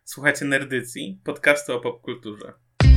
Słuchajcie Nerdycji, podcastu o popkulturze.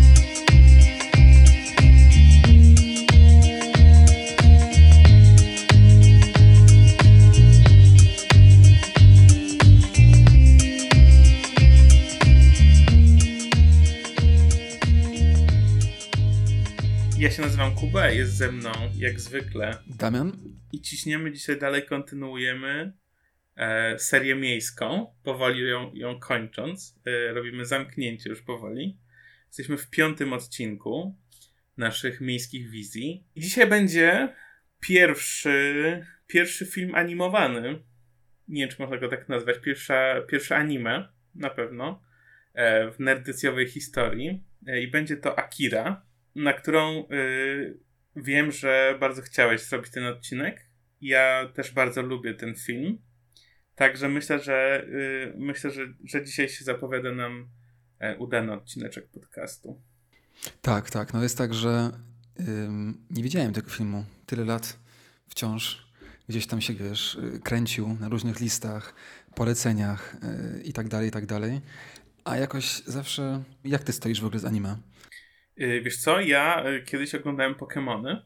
Ja się nazywam Kuba, jest ze mną jak zwykle Damian. I ciśniemy dzisiaj dalej, kontynuujemy serię miejską, powoli ją kończąc. Robimy zamknięcie już powoli. Jesteśmy w 5. odcinku naszych miejskich wizji. I dzisiaj będzie pierwszy film animowany. Nie wiem, czy można go tak nazwać. Pierwsze anime, na pewno, w nerdycjowej historii. I będzie to Akira, na którą wiem, że bardzo chciałeś zrobić ten odcinek. Ja też bardzo lubię ten film. Także myślę, że dzisiaj się zapowiada nam udany odcineczek podcastu. Tak. No jest tak, że nie widziałem tego filmu tyle lat wciąż. Gdzieś tam się, kręcił na różnych listach, poleceniach i tak dalej. A jakoś zawsze... Jak ty stoisz w ogóle z anime? Wiesz co, ja kiedyś oglądałem Pokemony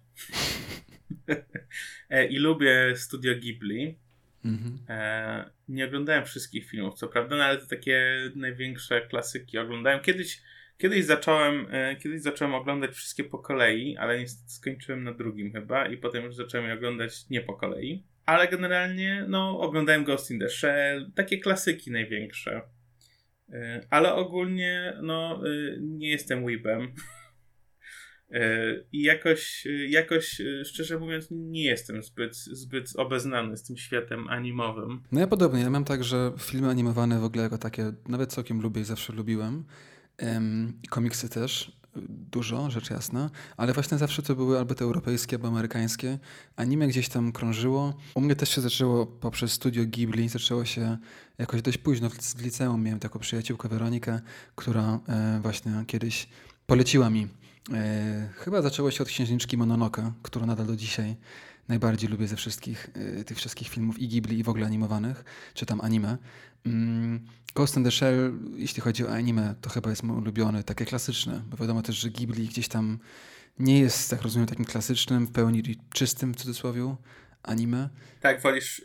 i lubię Studio Ghibli. Nie oglądałem wszystkich filmów, co prawda, no ale to takie największe klasyki oglądałem. Kiedyś zacząłem oglądać wszystkie po kolei, ale niestety skończyłem na drugim chyba i potem już zacząłem je oglądać nie po kolei. Ale generalnie, oglądałem Ghost in the Shell, takie klasyki największe. Ale ogólnie, nie jestem weebem. I jakoś, szczerze mówiąc, nie jestem zbyt obeznany z tym światem animowym. No ja podobnie. Ja mam tak, że filmy animowane w ogóle jako takie nawet całkiem lubię i zawsze lubiłem. Komiksy też. Dużo, rzecz jasna. Ale właśnie zawsze to były albo te europejskie, albo amerykańskie. Anime gdzieś tam krążyło. U mnie też się zaczęło poprzez Studio Ghibli. Zaczęło się jakoś dość późno w liceum. Miałem taką przyjaciółkę Weronikę, która właśnie kiedyś poleciła mi. Chyba zaczęło się od Księżniczki Mononoke, którą nadal do dzisiaj najbardziej lubię ze wszystkich tych wszystkich filmów i Ghibli i w ogóle animowanych, czy tam anime. Ghost in the Shell, jeśli chodzi o anime, to chyba jest mój ulubiony, takie klasyczne, bo wiadomo też, że Ghibli gdzieś tam nie jest, tak rozumiem, takim klasycznym, w pełni czystym, w cudzysłowie, anime. Tak,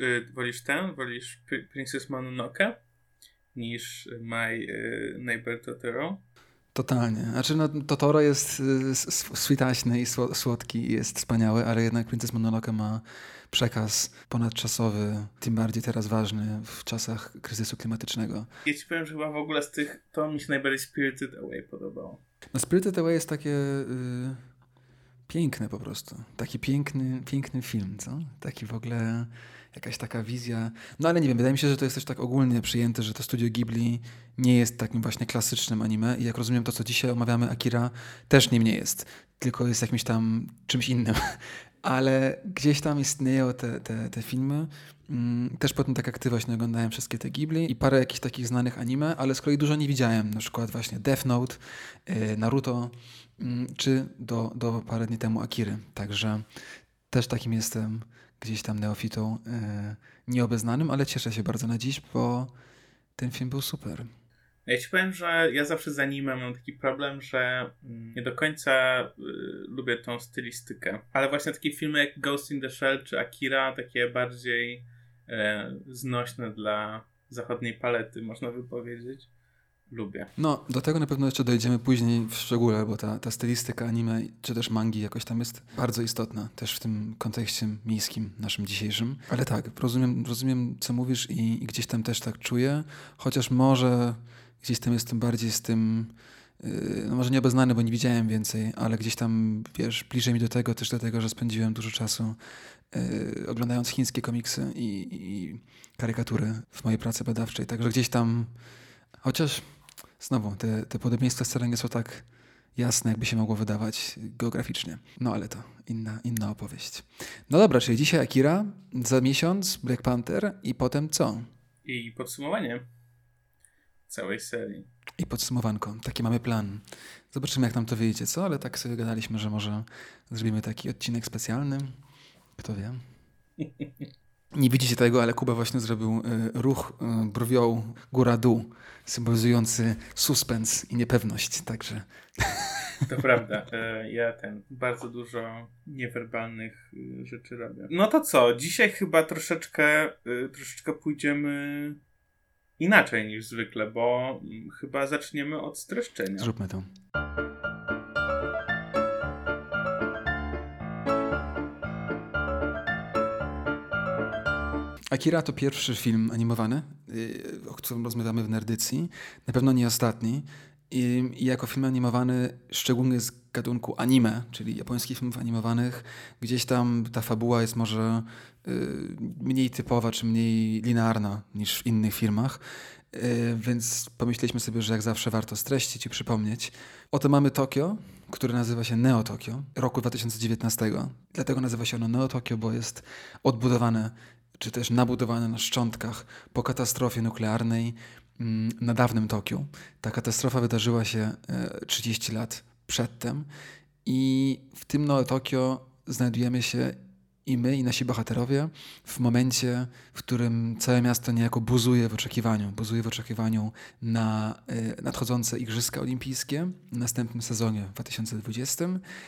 wolisz Princess Mononoke niż My Neighbor Totoro? Totalnie. Znaczy, Totoro jest switaśny i słodki i jest wspaniały, ale jednak Princess Mononoke ma przekaz ponadczasowy, tym bardziej teraz ważny w czasach kryzysu klimatycznego. Ja ci powiem, że chyba w ogóle z tych to mi się najbardziej Spirited Away podobało. No Spirited Away jest takie piękne po prostu. Taki piękny film, co? Taki w ogóle jakaś taka wizja. No ale nie wiem, wydaje mi się, że to jest też tak ogólnie przyjęte, że to Studio Ghibli nie jest takim właśnie klasycznym anime i jak rozumiem to, co dzisiaj omawiamy, Akira, też nim nie jest. Tylko jest jakimś tam czymś innym. Ale gdzieś tam istnieją te filmy. Też potem tak jak ty właśnie oglądałem wszystkie te Ghibli i parę jakichś takich znanych anime, ale z kolei dużo nie widziałem. Na przykład właśnie Death Note, Naruto, czy do parę dni temu Akiry. Także też takim jestem gdzieś tam neofitą nieobeznanym, ale cieszę się bardzo na dziś, bo ten film był super. Ja ci powiem, że ja zawsze z anime mam taki problem, że nie do końca lubię tą stylistykę. Ale właśnie takie filmy jak Ghost in the Shell czy Akira, takie bardziej znośne dla zachodniej palety, można by powiedzieć, lubię. No, do tego na pewno jeszcze dojdziemy później w szczególe, bo ta stylistyka anime czy też mangi jakoś tam jest bardzo istotna, też w tym kontekście miejskim naszym dzisiejszym. Ale tak, rozumiem co mówisz i gdzieś tam też tak czuję, chociaż może gdzieś tam jestem bardziej z tym, może nieobeznany, bo nie widziałem więcej, ale gdzieś tam, bliżej mi do tego, też dlatego, że spędziłem dużo czasu oglądając chińskie komiksy i karykatury w mojej pracy badawczej, także gdzieś tam, chociaż znowu, te podobieństwa wcale nie są tak jasne, jakby się mogło wydawać geograficznie. No ale to inna opowieść. No dobra, czyli dzisiaj Akira, za miesiąc Black Panther i potem co? I podsumowanie całej serii. I podsumowanko. Taki mamy plan. Zobaczymy, jak nam to wyjdzie, co? Ale tak sobie gadaliśmy, że może zrobimy taki odcinek specjalny. Kto wie? Nie widzicie tego, ale Kuba właśnie zrobił ruch brwią góra-dół, symbolizujący suspens i niepewność, także... To prawda. Ja bardzo dużo niewerbalnych rzeczy robię. No to co? Dzisiaj chyba troszeczkę pójdziemy inaczej niż zwykle, bo chyba zaczniemy od streszczenia. Zróbmy to. Akira to pierwszy film animowany, o którym rozmawiamy w Nerdycji. Na pewno nie ostatni. I jako film animowany, szczególnie z gatunku anime, czyli japońskich filmów animowanych, gdzieś tam ta fabuła jest może mniej typowa czy mniej linearna niż w innych filmach. Więc pomyśleliśmy sobie, że jak zawsze warto streścić i przypomnieć. Oto mamy Tokio, które nazywa się Neo Tokio, roku 2019. Dlatego nazywa się ono Neo Tokio, bo jest odbudowane czy też nabudowane na szczątkach po katastrofie nuklearnej na dawnym Tokiu. Ta katastrofa wydarzyła się 30 lat przedtem i w tym Neo Tokio znajdujemy się i my, i nasi bohaterowie w momencie, w którym całe miasto niejako buzuje w oczekiwaniu na nadchodzące Igrzyska Olimpijskie w następnym sezonie w 2020,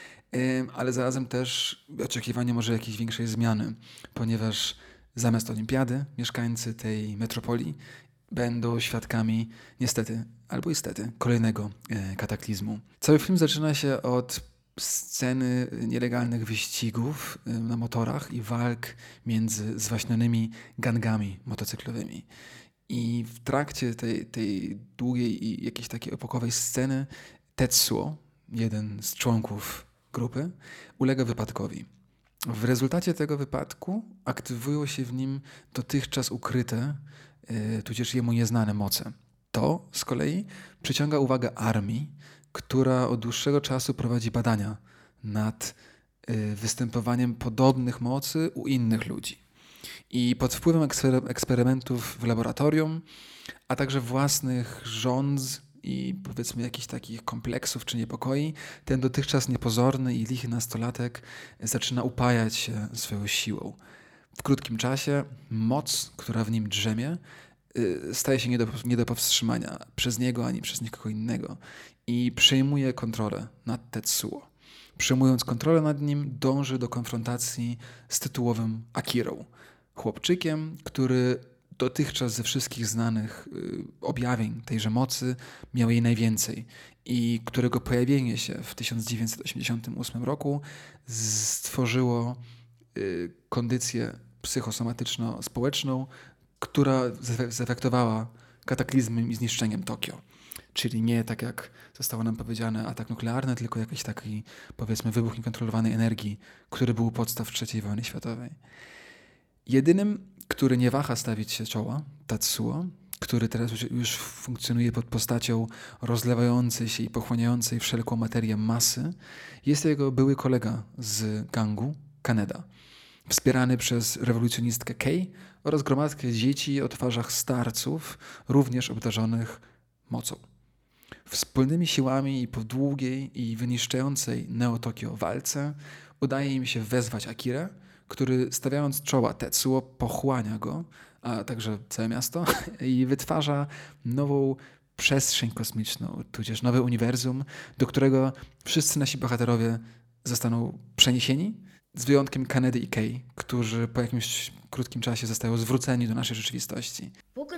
ale zarazem też w oczekiwaniu może jakiejś większej zmiany, ponieważ zamiast olimpiady mieszkańcy tej metropolii będą świadkami niestety albo istety kolejnego kataklizmu. Cały film zaczyna się od sceny nielegalnych wyścigów na motorach i walk między zwaśnionymi gangami motocyklowymi. I w trakcie tej długiej i jakiejś takiej epokowej sceny Tetsuo, jeden z członków grupy, ulega wypadkowi. W rezultacie tego wypadku aktywują się w nim dotychczas ukryte, tudzież jemu nieznane moce. To z kolei przyciąga uwagę armii, która od dłuższego czasu prowadzi badania nad występowaniem podobnych mocy u innych ludzi. I pod wpływem eksperymentów w laboratorium, a także własnych żądz i powiedzmy jakichś takich kompleksów czy niepokoi, ten dotychczas niepozorny i lichy nastolatek zaczyna upajać się swoją siłą. W krótkim czasie moc, która w nim drzemie, staje się nie do powstrzymania przez niego ani przez nikogo innego i przejmuje kontrolę nad Tetsuo. Przejmując kontrolę nad nim, dąży do konfrontacji z tytułowym Akirą, chłopczykiem, który dotychczas ze wszystkich znanych objawień tejże mocy miał jej najwięcej i którego pojawienie się w 1988 roku stworzyło kondycję psychosomatyczno-społeczną, która zaefektowała kataklizmem i zniszczeniem Tokio. Czyli nie tak jak zostało nam powiedziane atak nuklearny, tylko jakiś taki powiedzmy wybuch niekontrolowanej energii, który był u podstaw III wojny światowej. Jedynym, który nie waha stawić się czoła, Tetsuo, który teraz już funkcjonuje pod postacią rozlewającej się i pochłaniającej wszelką materię masy, jest jego były kolega z gangu, Kaneda, wspierany przez rewolucjonistkę Kei oraz gromadkę dzieci o twarzach starców, również obdarzonych mocą. Wspólnymi siłami i po długiej i wyniszczającej Neo Tokio walce udaje im się wezwać Akirę, który stawiając czoła Tetsuo pochłania go, a także całe miasto i wytwarza nową przestrzeń kosmiczną, tudzież nowe uniwersum, do którego wszyscy nasi bohaterowie zostaną przeniesieni, z wyjątkiem Kanedy i Kei, którzy po jakimś krótkim czasie zostają zwróceni do naszej rzeczywistości.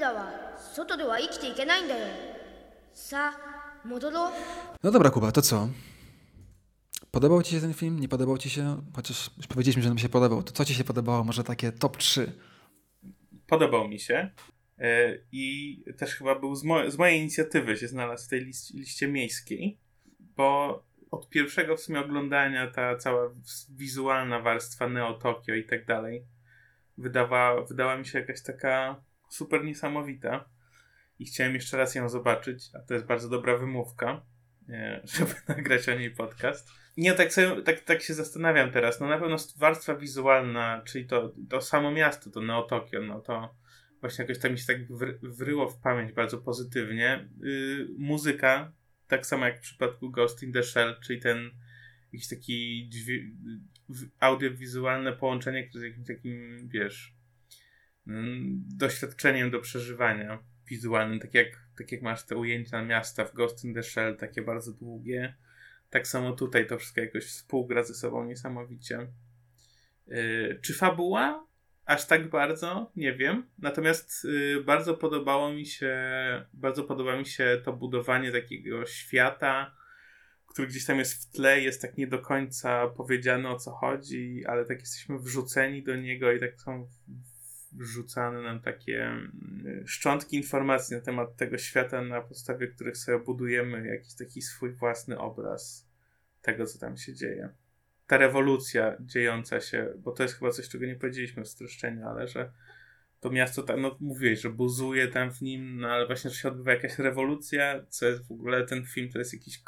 No dobra, Kuba, to co? Podobał ci się ten film? Nie podobał ci się? Chociaż już powiedzieliśmy, że nam się podobał. To co ci się podobało? Może takie top 3? Podobał mi się. I też chyba był z mojej inicjatywy się znalazł w tej liście miejskiej, bo od pierwszego w sumie oglądania ta cała wizualna warstwa Neo Tokio i tak dalej wydała mi się jakaś taka super niesamowita i chciałem jeszcze raz ją zobaczyć, a to jest bardzo dobra wymówka, żeby nagrać o niej podcast. Nie, tak się zastanawiam teraz, no na pewno warstwa wizualna, czyli to samo miasto, to Neo Tokio, no to właśnie jakoś tak mi się tak wryło w pamięć bardzo pozytywnie. Muzyka, tak samo jak w przypadku Ghost in the Shell, czyli ten jakiś taki audiowizualne połączenie, które jest jakimś takim, wiesz, doświadczeniem do przeżywania wizualnym, tak jak masz te ujęcia miasta w Ghost in the Shell, takie bardzo długie. Tak samo tutaj to wszystko jakoś współgra ze sobą niesamowicie. Czy fabuła? Aż tak bardzo? Nie wiem. Natomiast bardzo podoba mi się to budowanie takiego świata, który gdzieś tam jest w tle, jest tak nie do końca powiedziane, o co chodzi, ale tak jesteśmy wrzuceni do niego i tak są wrzucane nam takie szczątki informacji na temat tego świata, na podstawie których sobie budujemy jakiś taki swój własny obraz tego, co tam się dzieje. Ta rewolucja dziejąca się, bo to jest chyba coś, czego nie powiedzieliśmy w streszczeniu, ale że to miasto tam, no mówiłeś, że buzuje tam w nim, no ale właśnie, że się odbywa jakaś rewolucja, co jest w ogóle ten film, to jest jakiś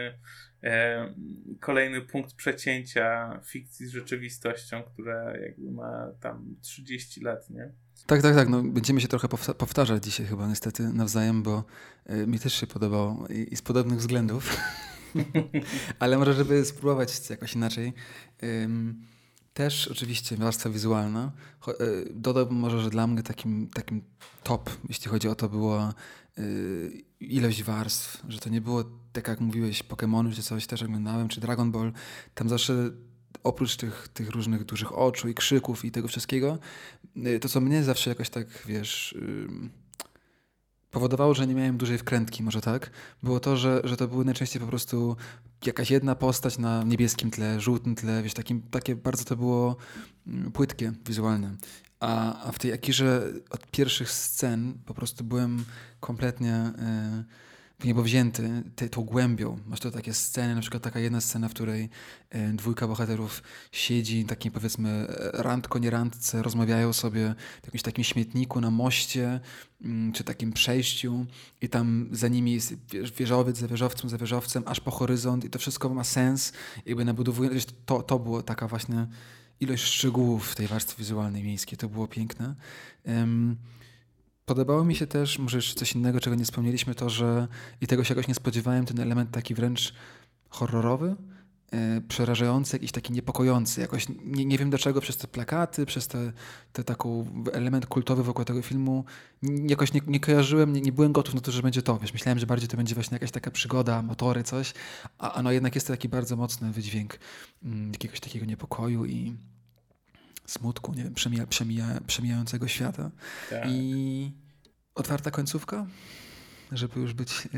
kolejny punkt przecięcia fikcji z rzeczywistością, która jakby ma tam 30 lat, nie? Tak. No, będziemy się trochę powtarzać dzisiaj chyba niestety nawzajem, bo mi też się podobało i z podobnych względów. Ale może, żeby spróbować jakoś inaczej. Też oczywiście warstwa wizualna. Dodałbym może, że dla mnie takim top, jeśli chodzi o to, była ilość warstw, że to nie było tak jak mówiłeś, Pokémony czy coś też oglądałem, czy Dragon Ball. Tam zawsze oprócz tych różnych dużych oczu i krzyków i tego wszystkiego, to co mnie zawsze jakoś tak, wiesz, powodowało, że nie miałem dużej wkrętki, może tak, było to, że to były najczęściej po prostu jakaś jedna postać na niebieskim tle, żółtym tle, wiesz, takie bardzo to było płytkie wizualnie. A w tej Akirze od pierwszych scen po prostu byłem kompletnie w niebo wzięty tą głębią. Masz to takie sceny, na przykład taka jedna scena, w której dwójka bohaterów siedzi, takim powiedzmy randko, nie randce, rozmawiają sobie w jakimś takim śmietniku na moście, czy takim przejściu i tam za nimi jest wieżowiec za wieżowcem, aż po horyzont i to wszystko ma sens. Jakby nabudowuje, to było taka właśnie ilość szczegółów w tej warstwie wizualnej miejskiej. To było piękne. Podobało mi się też, może jeszcze coś innego, czego nie wspomnieliśmy, to, że i tego się jakoś nie spodziewałem, ten element taki wręcz horrorowy, przerażający, jakiś taki niepokojący. Jakoś nie wiem dlaczego, przez te plakaty, przez te taką element kultowy wokół tego filmu jakoś nie kojarzyłem, nie byłem gotów na to, że będzie to. Wiesz, myślałem, że bardziej to będzie właśnie jakaś taka przygoda, motory, coś, a no jednak jest to taki bardzo mocny wydźwięk jakiegoś takiego niepokoju i smutku, nie wiem, przemijającego świata. Tak. I otwarta końcówka, żeby już być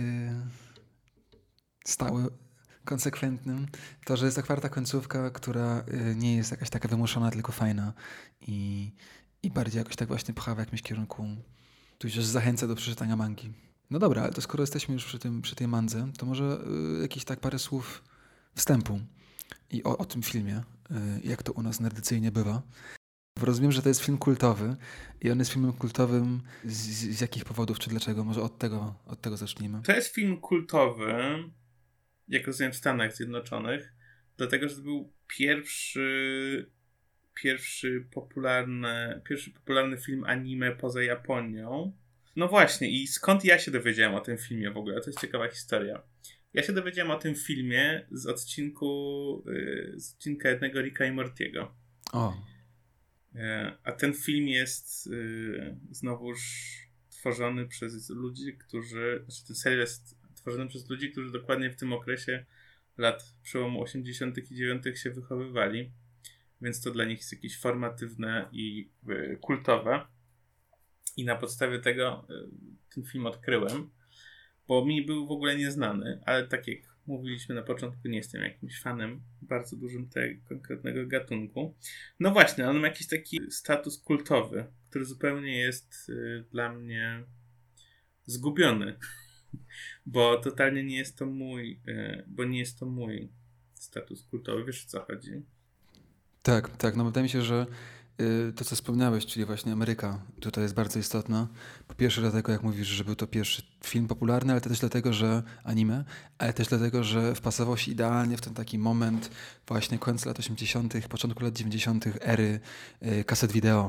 stały, konsekwentnym. To, że jest otwarta końcówka, która nie jest jakaś taka wymuszona, tylko fajna i bardziej jakoś tak właśnie pcha w jakimś kierunku, tudzież zachęca do przeczytania mangi. No dobra, ale to skoro jesteśmy już przy tej mandze, to może jakieś tak parę słów wstępu i o tym filmie, jak to u nas nerdycyjnie bywa. Rozumiem, że to jest film kultowy i on jest filmem kultowym z jakich powodów, czy dlaczego? Może od tego zacznijmy. To jest film kultowy, jak rozumiem, w Stanach Zjednoczonych, dlatego, że to był pierwszy popularny film anime poza Japonią. No właśnie, i skąd ja się dowiedziałem o tym filmie w ogóle? To jest ciekawa historia. Ja się dowiedziałem o tym filmie z odcinka jednego Ricka i Mortiego. O. A ten film jest znowuż tworzony przez ludzi, ten serial jest tworzony przez ludzi, którzy dokładnie w tym okresie lat przełomu 80. i 90. się wychowywali, więc to dla nich jest jakieś formatywne i kultowe. I na podstawie tego ten film odkryłem, bo mi był w ogóle nieznany, ale tak jak mówiliśmy na początku, nie jestem jakimś fanem bardzo dużym tego konkretnego gatunku. No właśnie, on ma jakiś taki status kultowy, który zupełnie jest dla mnie zgubiony, bo totalnie nie jest to mój status kultowy. Wiesz, o co chodzi? Tak. No wydaje mi się, że to, co wspomniałeś, czyli właśnie Ameryka, tutaj jest bardzo istotna. Po pierwsze dlatego, jak mówisz, że był to pierwszy film popularny, ale też dlatego, że anime, ale też dlatego, że wpasował się idealnie w ten taki moment właśnie końca lat 80., początku lat 90. ery kaset wideo.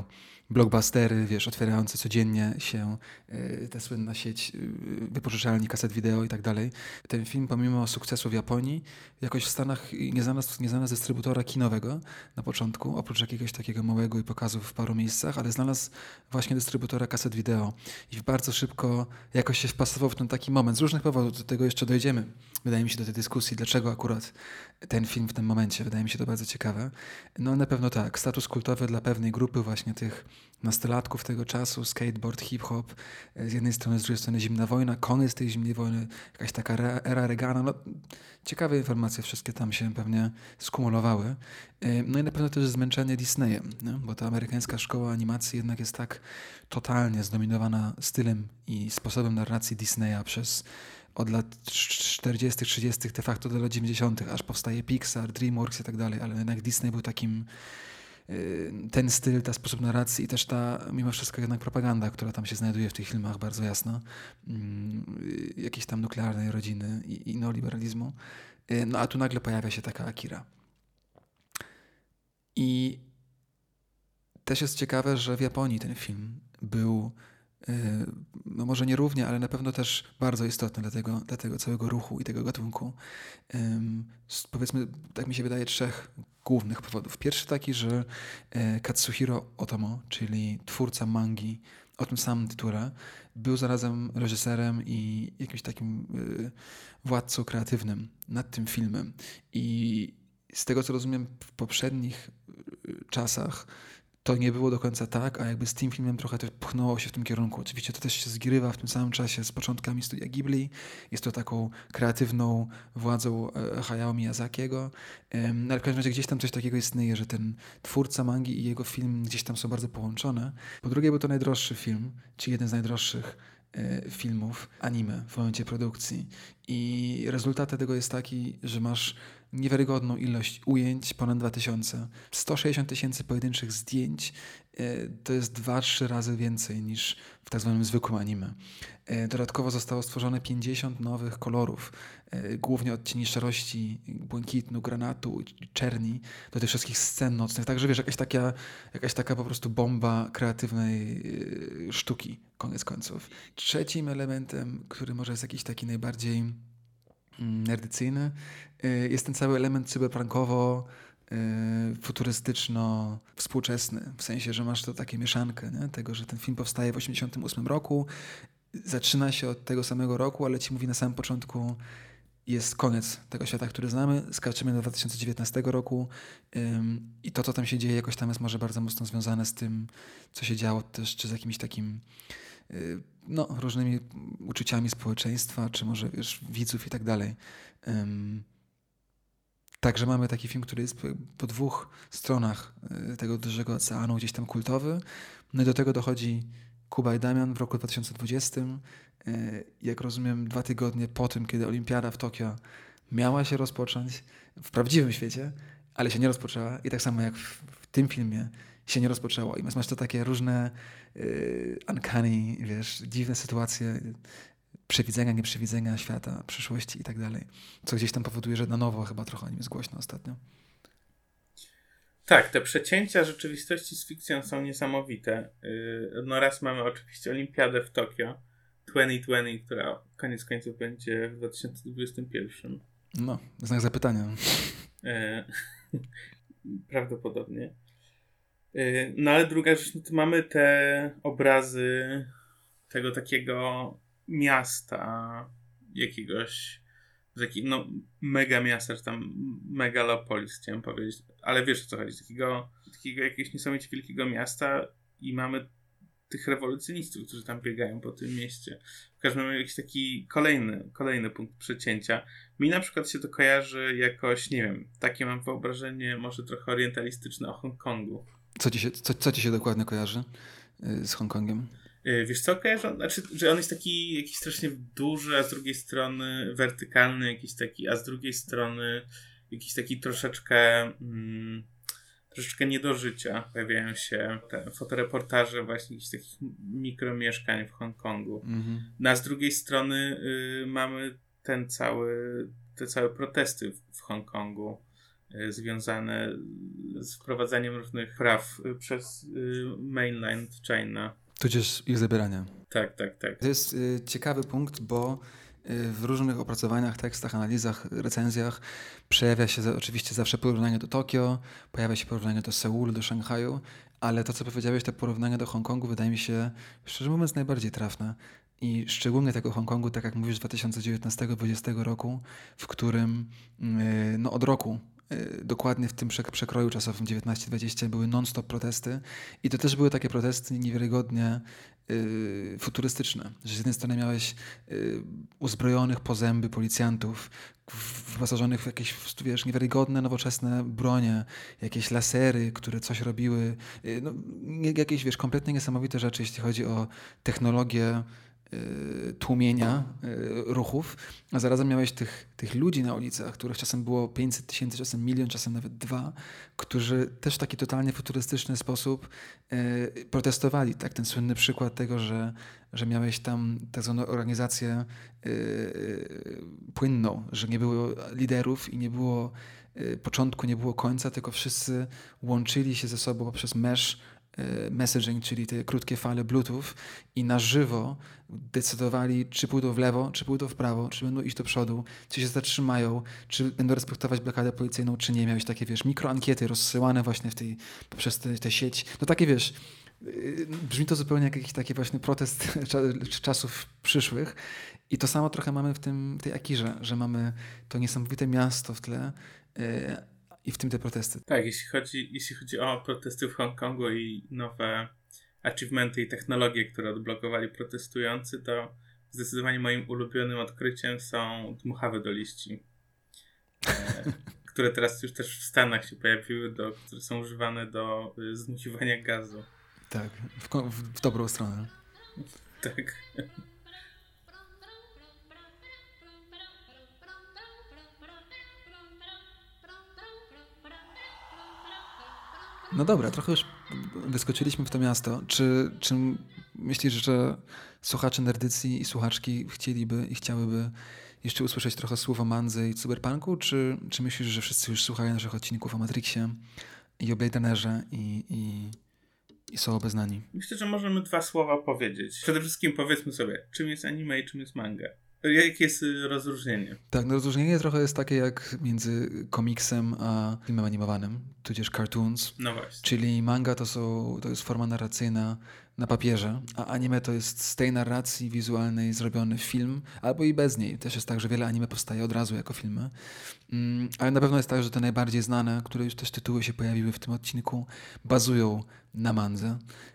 blockbustery, wiesz, otwierające codziennie się ta słynna sieć wypożyczalni kaset wideo i tak dalej. Ten film pomimo sukcesu w Japonii jakoś w Stanach nie znalazł dystrybutora kinowego na początku, oprócz jakiegoś takiego małego i pokazów w paru miejscach, ale znalazł właśnie dystrybutora kaset wideo i bardzo szybko jakoś się wpasował w ten taki moment. Z różnych powodów, do tego jeszcze dojdziemy. Wydaje mi się do tej dyskusji, dlaczego akurat ten film w tym momencie. Wydaje mi się to bardzo ciekawe. No na pewno tak, status kultowy dla pewnej grupy właśnie tych nastolatków tego czasu, skateboard, hip-hop, z jednej strony, z drugiej strony zimna wojna, koniec tej zimnej wojny, jakaś taka era Reagana, no ciekawe informacje wszystkie tam się pewnie skumulowały. No i na pewno też zmęczenie Disneyem, nie? Bo ta amerykańska szkoła animacji jednak jest tak totalnie zdominowana stylem i sposobem narracji Disneya od lat 40., 30. de facto do lat 90., aż powstaje Pixar, DreamWorks i tak dalej, ale jednak Disney był takim, ten styl, ta sposób narracji i też ta, mimo wszystko jednak propaganda, która tam się znajduje w tych filmach bardzo jasno, jakiejś tam nuklearnej rodziny i neoliberalizmu. No a tu nagle pojawia się taka Akira. I też jest ciekawe, że w Japonii ten film był no może nie równie, ale na pewno też bardzo istotny dla tego całego ruchu i tego gatunku. Powiedzmy, tak mi się wydaje, 3 głównych powodów. Pierwszy taki, że Katsuhiro Otomo, czyli twórca mangi o tym samym tytule, był zarazem reżyserem i jakimś takim władcą kreatywnym nad tym filmem. I z tego, co rozumiem, w poprzednich czasach to nie było do końca tak, a jakby z tym filmem trochę też pchnęło się w tym kierunku. Oczywiście to też się zgrywa w tym samym czasie z początkami studia Ghibli. Jest to taką kreatywną władzą Hayao Miyazakiego. Ale w każdym razie gdzieś tam coś takiego istnieje, że ten twórca mangi i jego film gdzieś tam są bardzo połączone. Po drugie był to najdroższy film, czy jeden z najdroższych filmów anime w momencie produkcji. I rezultat tego jest taki, że masz niewiarygodną ilość ujęć, ponad 2000. 160 000 pojedynczych zdjęć to jest 2-3 razy więcej niż w tak zwanym zwykłym anime. Dodatkowo zostało stworzone 50 nowych kolorów, głównie odcieni szarości, błękitu, granatu, czerni do tych wszystkich scen nocnych. Także wiesz, jakaś taka po prostu bomba kreatywnej sztuki, koniec końców. Trzecim elementem, który może jest jakiś taki najbardziej nerdycyjny, jest ten cały element cyberpunkowo futurystyczno współczesny, w sensie, że masz to takie mieszankę, nie? Tego, że ten film powstaje w 1988 roku, zaczyna się od tego samego roku, ale ci mówi na samym początku jest koniec tego świata, który znamy, skaczemy do 2019 roku i to, co tam się dzieje, jakoś tam jest może bardzo mocno związane z tym, co się działo też, czy z jakimś takim no, różnymi uczuciami społeczeństwa, czy może wiesz, widzów i tak dalej. Także mamy taki film, który jest po 2 stronach tego dużego oceanu, gdzieś tam kultowy. No i do tego dochodzi Kuba i Damian w roku 2020. Jak rozumiem, 2 tygodnie po tym, kiedy Olimpiada w Tokio miała się rozpocząć w prawdziwym świecie, ale się nie rozpoczęła. I tak samo jak w tym filmie się nie rozpoczęło. I masz to takie różne uncanny, wiesz, dziwne sytuacje, przewidzenia, nieprzewidzenia świata, przyszłości i tak dalej. Co gdzieś tam powoduje, że na nowo chyba trochę o nim jest głośno ostatnio. Tak, te przecięcia rzeczywistości z fikcją są niesamowite. No raz mamy oczywiście Olimpiadę w Tokio 2020, która koniec końców będzie w 2021. No, znak zapytania. Prawdopodobnie. No ale druga rzecz, no to mamy te obrazy tego takiego miasta jakiegoś, no mega miasta, czy tam megalopolis chciałem powiedzieć, ale wiesz o co chodzi, takiego jakiegoś niesamowicie wielkiego miasta i mamy tych rewolucjonistów, którzy tam biegają po tym mieście. W każdym razie jakiś taki kolejny punkt przecięcia. Mi na przykład się to kojarzy jakoś, nie wiem, takie mam wyobrażenie może trochę orientalistyczne o Hongkongu. Co ci się dokładnie kojarzy z Hongkongiem? Wiesz co, kojarzę? Znaczy, że on jest taki jakiś strasznie duży, a z drugiej strony wertykalny jakiś taki, a z drugiej strony jakiś taki troszeczkę nie do życia. Pojawiają się te fotoreportaże właśnie jakichś takich mikromieszkań w Hongkongu. No a z drugiej strony mamy te całe protesty w Hongkongu. związane z wprowadzaniem różnych praw przez mainland China. Tudzież ich zabierania. Tak. To jest ciekawy punkt, bo w różnych opracowaniach, tekstach, analizach, recenzjach przejawia się oczywiście zawsze porównanie do Tokio, pojawia się porównanie do Seulu, do Szanghaju, ale to, co powiedziałeś, to porównanie do Hongkongu wydaje mi się, szczerze mówiąc, najbardziej trafne. I szczególnie tego Hongkongu, tak jak mówisz, 2019-2020 roku, w którym od roku dokładnie w tym przekroju czasowym 19-20 były non-stop protesty i to też były takie protesty niewiarygodnie futurystyczne, że z jednej strony miałeś uzbrojonych po zęby policjantów, wyposażonych w jakieś, wiesz, niewiarygodne, nowoczesne bronie, jakieś lasery, które coś robiły, jakieś, wiesz, kompletnie niesamowite rzeczy, jeśli chodzi o technologię tłumienia ruchów, a zarazem miałeś tych ludzi na ulicach, których czasem było 500 000, czasem 1 000 000, czasem nawet 2, którzy też w taki totalnie futurystyczny sposób protestowali. Tak? Ten słynny przykład tego, że miałeś tam tak zwaną organizację płynną, że nie było liderów i nie było początku, nie było końca, tylko wszyscy łączyli się ze sobą poprzez messaging, czyli te krótkie fale Bluetooth i na żywo decydowali, czy pójdą w lewo, czy pójdą w prawo, czy będą iść do przodu, czy się zatrzymają, czy będą respektować blokadę policyjną, czy nie. Miałeś takie, wiesz, mikroankiety rozsyłane właśnie poprzez tę sieć. No takie, wiesz, brzmi to zupełnie jak jakiś taki właśnie protest czasów przyszłych i to samo trochę mamy w tej Akirze, że mamy to niesamowite miasto w tle, i w tym te protesty. Tak, jeśli chodzi o protesty w Hongkongu i nowe achievementy i technologie, które odblokowali protestujący, to zdecydowanie moim ulubionym odkryciem są dmuchawe do liści, które teraz już też w Stanach się pojawiły, które są używane do zdmuchiwania gazu. Tak, w dobrą stronę. Tak. No dobra, trochę już wyskoczyliśmy w to miasto. Czy myślisz, że słuchacze nerdycji i słuchaczki chciałyby jeszcze usłyszeć trochę słów o Mandze i cyberpunku, czy myślisz, że wszyscy już słuchają naszych odcinków o Matrixie i o Blade Runnerze i są obeznani? Myślę, że możemy 2 słowa powiedzieć. Przede wszystkim powiedzmy sobie, czym jest anime i czym jest manga. Jakie jest rozróżnienie? Tak, no rozróżnienie trochę jest takie jak między komiksem a filmem animowanym, tudzież cartoons. No właśnie. Czyli manga to jest forma narracyjna na papierze, a anime to jest z tej narracji wizualnej zrobiony film, albo i bez niej. Też jest tak, że wiele anime powstaje od razu jako filmy. Ale na pewno jest tak, że te najbardziej znane, które już też tytuły się pojawiły w tym odcinku, bazują na mandze.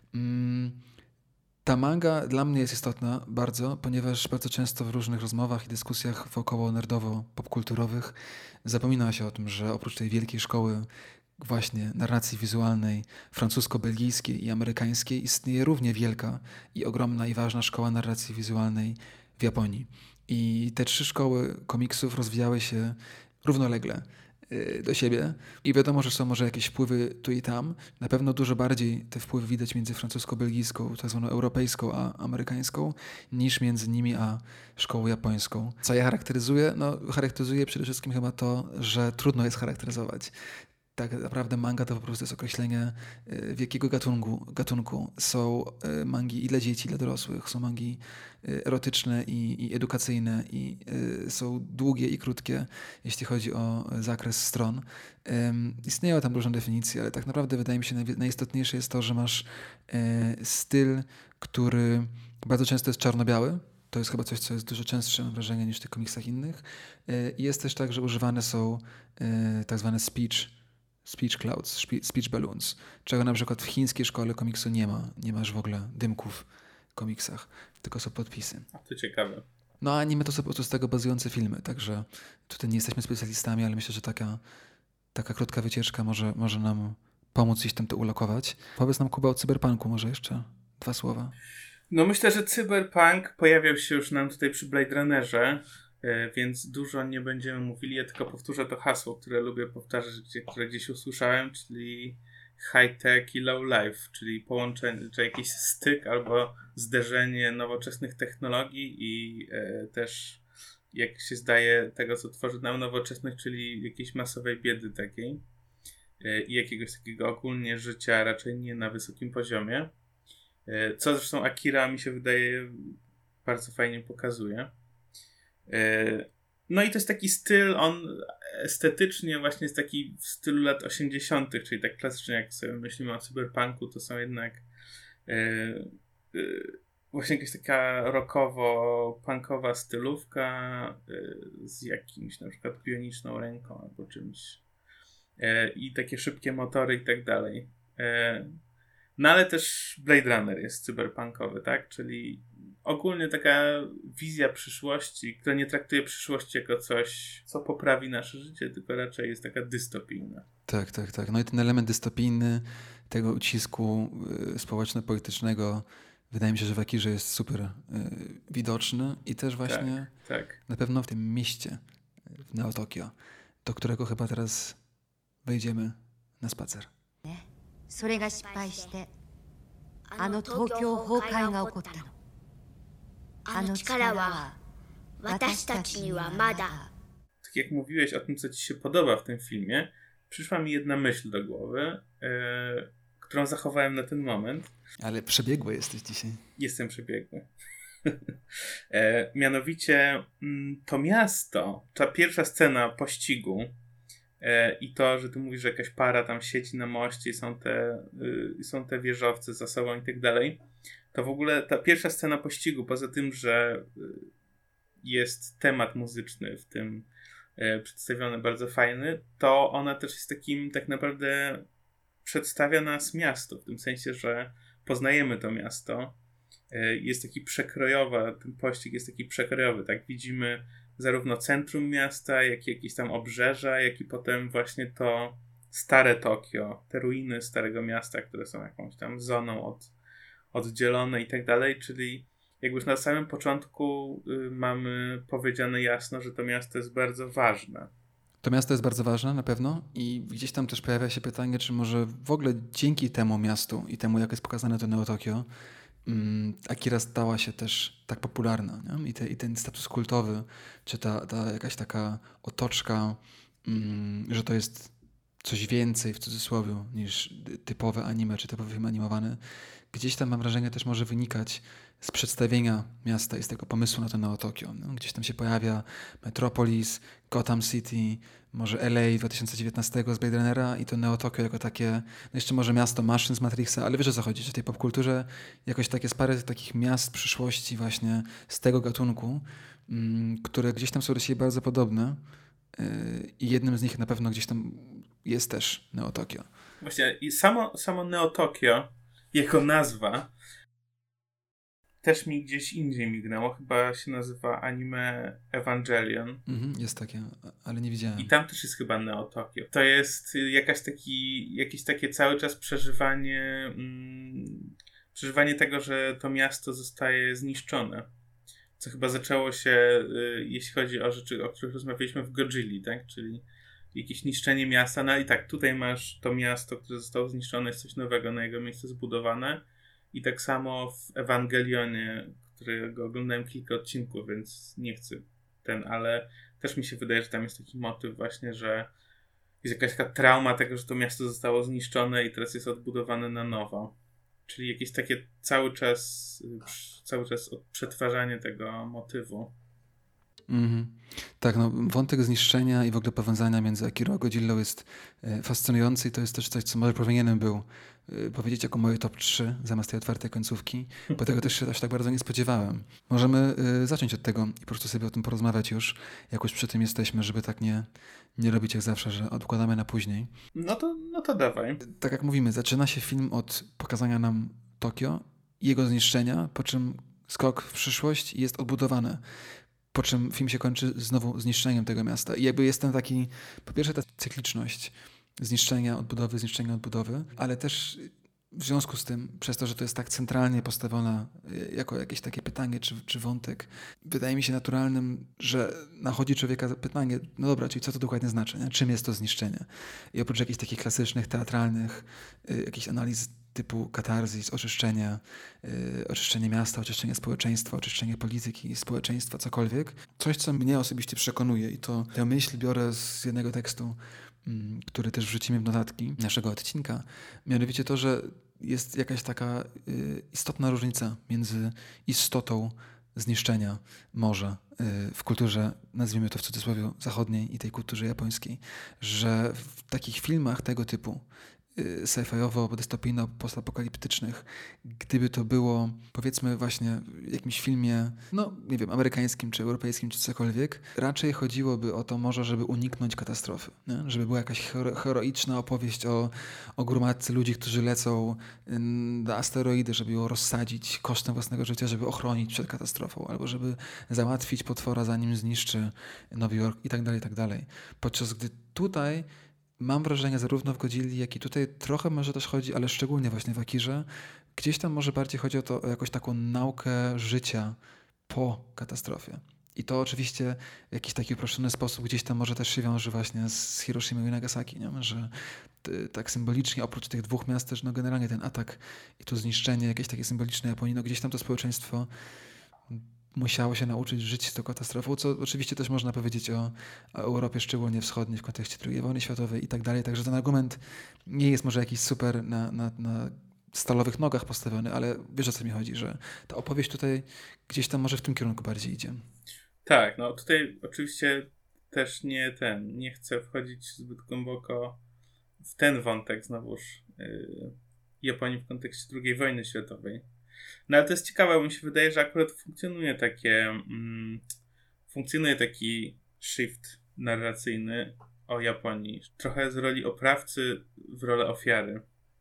Ta manga dla mnie jest istotna bardzo, ponieważ bardzo często w różnych rozmowach i dyskusjach wokoło nerdowo-popkulturowych zapomina się o tym, że oprócz tej wielkiej szkoły właśnie narracji wizualnej francusko-belgijskiej i amerykańskiej istnieje równie wielka i ogromna i ważna szkoła narracji wizualnej w Japonii. I te 3 szkoły komiksów rozwijały się równolegle do siebie i wiadomo, że są może jakieś wpływy tu i tam. Na pewno dużo bardziej te wpływy widać między francusko-belgijską, tak zwaną europejską, a amerykańską, niż między nimi a szkołą japońską. Co je charakteryzuje? No, charakteryzuje przede wszystkim chyba to, że trudno jest charakteryzować. Tak naprawdę manga to po prostu jest określenie w jakiego gatunku. Są mangi i dla dzieci, i dla dorosłych. Są mangi erotyczne i edukacyjne i są długie i krótkie, jeśli chodzi o zakres stron. Istnieją tam różne definicje, ale tak naprawdę wydaje mi się najistotniejsze jest to, że masz styl, który bardzo często jest czarno-biały. To jest chyba coś, co jest dużo częstsze, mam wrażenie, niż w tych komiksach innych. I jest też tak, że używane są tak zwane speech clouds, speech balloons, czego na przykład w chińskiej szkole komiksu nie ma. Nie masz w ogóle dymków w komiksach, tylko są podpisy. A to ciekawe. No a anime to są po prostu z tego bazujące filmy, także tutaj nie jesteśmy specjalistami, ale myślę, że taka krótka wycieczka może nam pomóc iść tam to ulokować. Powiedz nam, Kuba, o cyberpunku może jeszcze 2 słowa. No myślę, że cyberpunk pojawiał się już nam tutaj przy Blade Runnerze, więc dużo nie będziemy mówili. Ja tylko powtórzę to hasło, które lubię powtarzać, które gdzieś usłyszałem, czyli high-tech i low-life, czyli połączenie, czy jakiś styk albo zderzenie nowoczesnych technologii i też jak się zdaje, tego, co tworzy nam nowoczesność, czyli jakiejś masowej biedy takiej i jakiegoś takiego ogólnie życia raczej nie na wysokim poziomie. Co zresztą Akira mi się wydaje bardzo fajnie pokazuje. No i to jest taki styl, on estetycznie właśnie jest taki w stylu lat 80., czyli tak klasycznie jak sobie myślimy o cyberpunku, to są jednak właśnie jakaś taka rockowo-punkowa stylówka z jakimś na przykład bioniczną ręką albo czymś i takie szybkie motory i tak dalej. No ale też Blade Runner jest cyberpunkowy, tak? Czyli ogólnie taka wizja przyszłości, która nie traktuje przyszłości jako coś, co poprawi nasze życie, tylko raczej jest taka dystopijna. Tak. No i ten element dystopijny tego ucisku społeczno-politycznego wydaje mi się, że w Akirze jest super widoczny i też właśnie na pewno w tym mieście, w Neo Tokio, do którego chyba teraz wejdziemy na spacer. それが失敗してあの東京崩壊が起こったの。あの力は私たちにはまだ。 Tak jak mówiłeś o tym, co ci się podoba w tym filmie, przyszła mi jedna myśl do głowy, którą zachowałem na ten moment. Ale przebiegły jesteś dzisiaj. Jestem przebiegły. Mianowicie to miasto, ta pierwsza scena pościgu i to, że ty mówisz, że jakaś para tam siedzi na moście i są te wieżowce za sobą i tak dalej, to w ogóle ta pierwsza scena pościgu, poza tym, że jest temat muzyczny w tym przedstawiony bardzo fajny, to ona też jest takim, tak naprawdę przedstawia nas miasto, w tym sensie, że poznajemy to miasto. Jest taki przekrojowy, ten pościg jest taki przekrojowy, tak? Widzimy zarówno centrum miasta, jak i jakieś tam obrzeża, jak i potem właśnie to stare Tokio, te ruiny starego miasta, które są jakąś tam zoną oddzielone i tak dalej, czyli jakby już na samym początku mamy powiedziane jasno, że to miasto jest bardzo ważne. To miasto jest bardzo ważne na pewno i gdzieś tam też pojawia się pytanie, czy może w ogóle dzięki temu miastu i temu, jak jest pokazane to Neo Tokio, Akira stała się też tak popularna, nie? I ten status kultowy, czy ta jakaś taka otoczka, że to jest coś więcej w cudzysłowie niż typowe anime czy typowy film animowany, gdzieś tam mam wrażenie też może wynikać z przedstawienia miasta i z tego pomysłu na to Neo Tokio. No, gdzieś tam się pojawia Metropolis, Gotham City, może LA 2019 z Blade Runnera i to Neo Tokio jako takie, no jeszcze może miasto maszyn z Matrixa, ale wiesz o co chodzi, że w tej popkulturze jakoś takie jest parę takich miast przyszłości właśnie z tego gatunku, które gdzieś tam są do siebie bardzo podobne i jednym z nich na pewno gdzieś tam jest też Neo Tokio. Właśnie i samo Neo Tokio jako nazwa też mi gdzieś indziej mignęło. Chyba się nazywa anime Evangelion. Jest takie, ale nie widziałem. I tam też jest chyba Neo Tokio. To jest jakieś takie cały czas przeżywanie tego, że to miasto zostaje zniszczone. Co chyba zaczęło się, jeśli chodzi o rzeczy, o których rozmawialiśmy w Godzilli, tak? Czyli jakieś niszczenie miasta. No i tak, tutaj masz to miasto, które zostało zniszczone, jest coś nowego na jego miejsce zbudowane. I tak samo w Ewangelionie, którego oglądałem kilka odcinków, więc nie chcę ale też mi się wydaje, że tam jest taki motyw właśnie, że jest jakaś taka trauma tego, że to miasto zostało zniszczone i teraz jest odbudowane na nowo. Czyli jakieś takie cały czas przetwarzanie tego motywu. Tak, no wątek zniszczenia i w ogóle powiązania między Akirą a Godzillą jest fascynujący i to jest też coś, co może powinienem był powiedzieć jako moje top 3 zamiast tej otwartej końcówki, bo tego też się aż tak bardzo nie spodziewałem. Możemy zacząć od tego i po prostu sobie o tym porozmawiać już, jak już przy tym jesteśmy, żeby tak nie robić jak zawsze, że odkładamy na później. No to dawaj. Tak jak mówimy, zaczyna się film od pokazania nam Tokio i jego zniszczenia, po czym skok w przyszłość i jest odbudowane. Po czym film się kończy znowu zniszczeniem tego miasta. I jakby jest ten taki, po pierwsze ta cykliczność zniszczenia, odbudowy, ale też w związku z tym, przez to, że to jest tak centralnie postawione jako jakieś takie pytanie czy wątek, wydaje mi się naturalnym, że nachodzi człowieka pytanie, no dobra, czyli co to dokładnie znaczy, nie? Czym jest to zniszczenie? I oprócz jakichś takich klasycznych, teatralnych, jakichś analiz typu katarzis, oczyszczenie miasta, oczyszczenie społeczeństwa, oczyszczenie polityki, społeczeństwa, cokolwiek. Coś, co mnie osobiście przekonuje i to tę myśl biorę z jednego tekstu, który też wrzucimy w notatki naszego odcinka. Mianowicie to, że jest jakaś taka istotna różnica między istotą zniszczenia morza w kulturze, nazwijmy to w cudzysłowie, zachodniej i tej kulturze japońskiej, że w takich filmach tego typu sci-fiowo, dystopijno, postapokaliptycznych, gdyby to było, powiedzmy właśnie w jakimś filmie, no nie wiem, amerykańskim, czy europejskim, czy cokolwiek, raczej chodziłoby o to może, żeby uniknąć katastrofy, nie? Żeby była jakaś heroiczna opowieść o gromadce ludzi, którzy lecą na asteroidy, żeby ją rozsadzić kosztem własnego życia, żeby ochronić przed katastrofą, albo żeby załatwić potwora, zanim zniszczy Nowy Jork i tak dalej, i tak dalej. Podczas gdy tutaj mam wrażenie, zarówno w Godzilli, jak i tutaj trochę może też chodzi, ale szczególnie właśnie w Akirze, gdzieś tam może bardziej chodzi o jakąś taką naukę życia po katastrofie. I to oczywiście w jakiś taki uproszczony sposób gdzieś tam może też się wiąże właśnie z Hiroshima i Nagasaki, nie? Że tak symbolicznie, oprócz tych dwóch miast też, no generalnie ten atak i to zniszczenie jakieś takie symboliczne Japonii, no gdzieś tam to społeczeństwo musiało się nauczyć żyć z tą katastrofą, co oczywiście też można powiedzieć o Europie, szczególnie wschodniej, w kontekście II wojny światowej i tak dalej. Także ten argument nie jest może jakiś super na stalowych nogach postawiony, ale wiesz, o co mi chodzi, że ta opowieść tutaj gdzieś tam może w tym kierunku bardziej idzie. Tak, no tutaj oczywiście też nie chcę wchodzić zbyt głęboko w ten wątek znowuż Japonii w kontekście II wojny światowej. No ale to jest ciekawe, bo mi się wydaje, że akurat funkcjonuje taki shift narracyjny o Japonii. Trochę z roli oprawcy w rolę ofiary.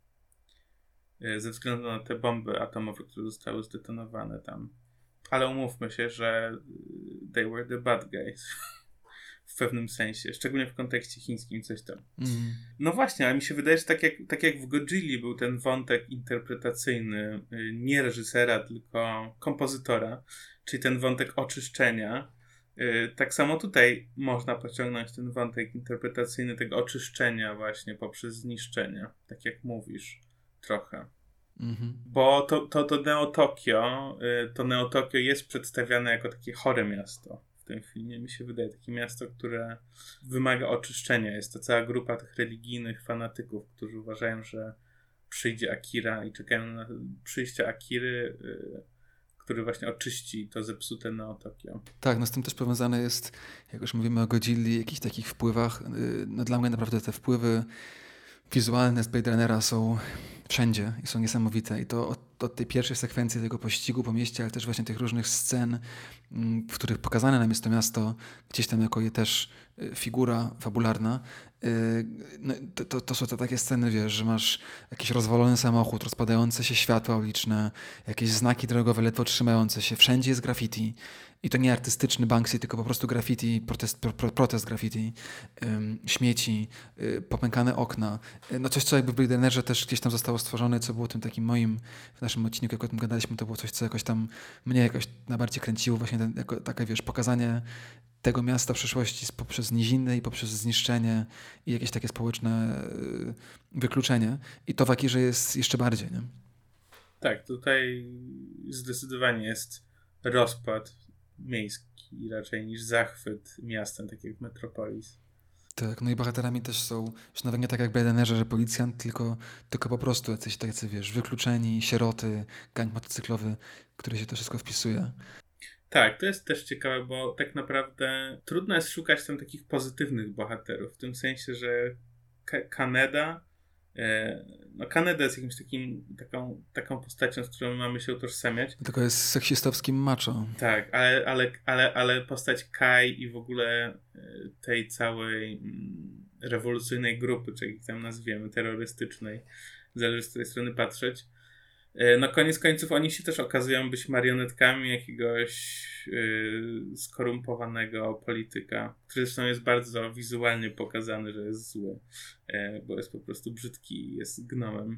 Ze względu na te bomby atomowe, które zostały zdetonowane tam. Ale umówmy się, że they were the bad guys. W pewnym sensie. Szczególnie w kontekście chińskim coś tam. No właśnie, ale mi się wydaje, że tak jak w Godzilli był ten wątek interpretacyjny nie reżysera, tylko kompozytora, czyli ten wątek oczyszczenia. Tak samo tutaj można pociągnąć ten wątek interpretacyjny tego oczyszczenia właśnie poprzez zniszczenie. Tak jak mówisz. Trochę. Bo to Neo Tokio jest przedstawiane jako takie chore miasto w tym filmie. Mi się wydaje, takie miasto, które wymaga oczyszczenia. Jest to cała grupa tych religijnych fanatyków, którzy uważają, że przyjdzie Akira i czekają na przyjście Akiry, który właśnie oczyści to zepsute Neo Tokio. Tak, no z tym też powiązane jest, jak już mówimy o Godzilli, jakichś takich wpływach. No dla mnie naprawdę te wpływy wizualne z Blade Runnera są wszędzie i są niesamowite. I to od tej pierwszej sekwencji tego pościgu po mieście, ale też właśnie tych różnych scen, w których pokazane nam jest to miasto, gdzieś tam jako je też figura fabularna. No, to są te takie sceny, wiesz, że masz jakiś rozwalony samochód, rozpadające się światła uliczne, jakieś znaki drogowe ledwo trzymające się. Wszędzie jest graffiti. I to nie artystyczny Banksy, tylko po prostu graffiti, protest graffiti, śmieci, popękane okna. No coś, co jakby w Blade Runnerze też gdzieś tam zostało stworzone, co było tym takim moim, w naszym odcinku, jak o tym gadaliśmy, to było coś, co jakoś tam mnie jakoś najbardziej kręciło. Właśnie jako takie, wiesz, pokazanie tego miasta w przyszłości poprzez niziny i poprzez zniszczenie i jakieś takie społeczne wykluczenie. I to w Akirze jest jeszcze bardziej, nie? Tak, tutaj zdecydowanie jest rozpad miejski raczej niż zachwyt miastem, tak jak w Metropolis. Tak, no i bohaterami też są, już nawet nie tak jak w Blade Runnerze, że policjant, tylko po prostu jacyś tacy, wiesz, wykluczeni, sieroty, gang motocyklowy, który się to wszystko wpisuje. Tak, to jest też ciekawe, bo tak naprawdę trudno jest szukać tam takich pozytywnych bohaterów, w tym sensie, że Kaneda jest jakimś taką postacią, z którą mamy się utożsamiać. Tylko jest seksistowskim macho. Tak, ale postać Kai i w ogóle tej całej rewolucyjnej grupy, czy jak tam nazwiemy, terrorystycznej, zależy z której strony patrzeć. No koniec końców oni się też okazują być marionetkami jakiegoś skorumpowanego polityka, który zresztą jest bardzo wizualnie pokazany, że jest zły, bo jest po prostu brzydki i jest gnomem.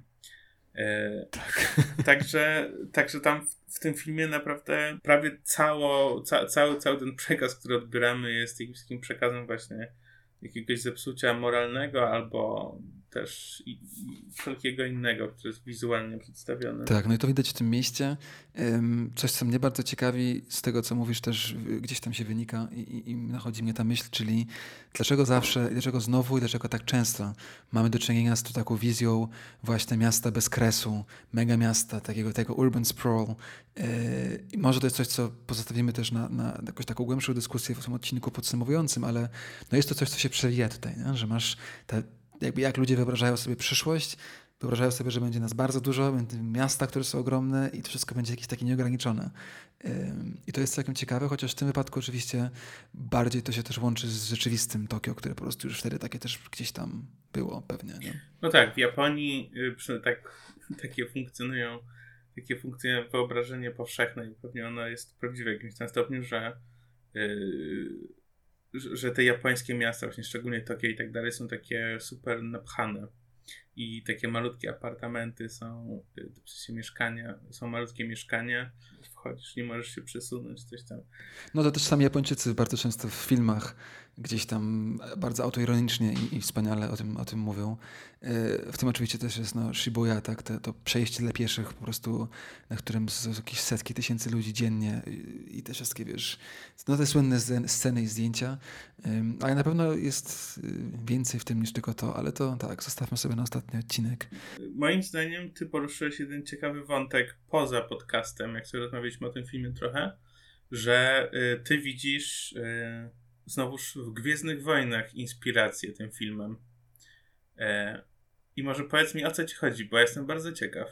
Tak. Także tam w tym filmie naprawdę prawie cały ten przekaz, który odbieramy, jest jakimś takim przekazem właśnie jakiegoś zepsucia moralnego albo też i wszelkiego innego, które jest wizualnie przedstawione. Tak, no i to widać w tym mieście. Coś, co mnie bardzo ciekawi, z tego, co mówisz, też gdzieś tam się wynika i nachodzi mnie ta myśl, czyli dlaczego zawsze, dlaczego znowu i dlaczego tak często mamy do czynienia z tą taką wizją właśnie miasta bez kresu, mega miasta, takiego tego urban sprawl. I może to jest coś, co pozostawimy też na jakąś taką głębszą dyskusję w tym odcinku podsumowującym, ale no jest to coś, co się przewija tutaj, nie? Że masz jakby jak ludzie wyobrażają sobie przyszłość, wyobrażają sobie, że będzie nas bardzo dużo, będą miasta, które są ogromne i to wszystko będzie jakieś takie nieograniczone. I to jest całkiem ciekawe, chociaż w tym wypadku oczywiście bardziej to się też łączy z rzeczywistym Tokio, które po prostu już wtedy takie też gdzieś tam było pewnie. Nie? No tak, w Japonii takie funkcjonuje wyobrażenie powszechne i pewnie ono jest prawdziwe w jakimś tam stopniu, że te japońskie miasta, właśnie szczególnie Tokio i tak dalej, są takie super napchane. I takie malutkie apartamenty są, w sensie mieszkania, są malutkie mieszkania, wchodzisz, nie możesz się przesunąć, coś tam. No to też sami Japończycy bardzo często w filmach gdzieś tam bardzo autoironicznie i wspaniale o tym mówią. W tym oczywiście też jest Shibuya, tak? To przejście dla pieszych po prostu, na którym są jakieś setki tysięcy ludzi dziennie i te wszystkie, wiesz, no te słynne sceny i zdjęcia, ale na pewno jest więcej w tym niż tylko to, ale to tak, zostawmy sobie na ostatni odcinek. Moim zdaniem ty poruszyłeś jeden ciekawy wątek poza podcastem, jak sobie rozmawialiśmy o tym filmie trochę, że ty widzisz znowuż w Gwiezdnych Wojnach inspirację tym filmem. I może powiedz mi, o co ci chodzi, bo ja jestem bardzo ciekaw.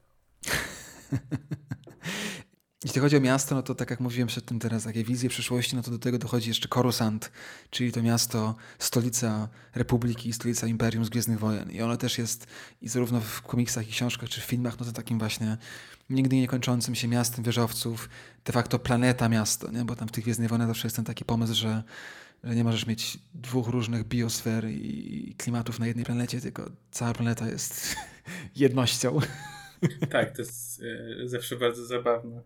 Jeśli chodzi o miasto, no to tak jak mówiłem przed tym teraz, takie wizje przyszłości, no to do tego dochodzi jeszcze Coruscant, czyli to miasto, stolica Republiki, stolica Imperium z Gwiezdnych Wojen. I ono też jest i zarówno w komiksach i książkach, czy w filmach, no to takim właśnie nigdy nie kończącym się miastem wieżowców, de facto planeta miasto, nie? Bo tam w tych Gwiezdnych Wojnach zawsze jest ten taki pomysł, że nie możesz mieć dwóch różnych biosfer i klimatów na jednej planecie, tylko cała planeta jest jednością. Tak, to jest zawsze bardzo zabawne.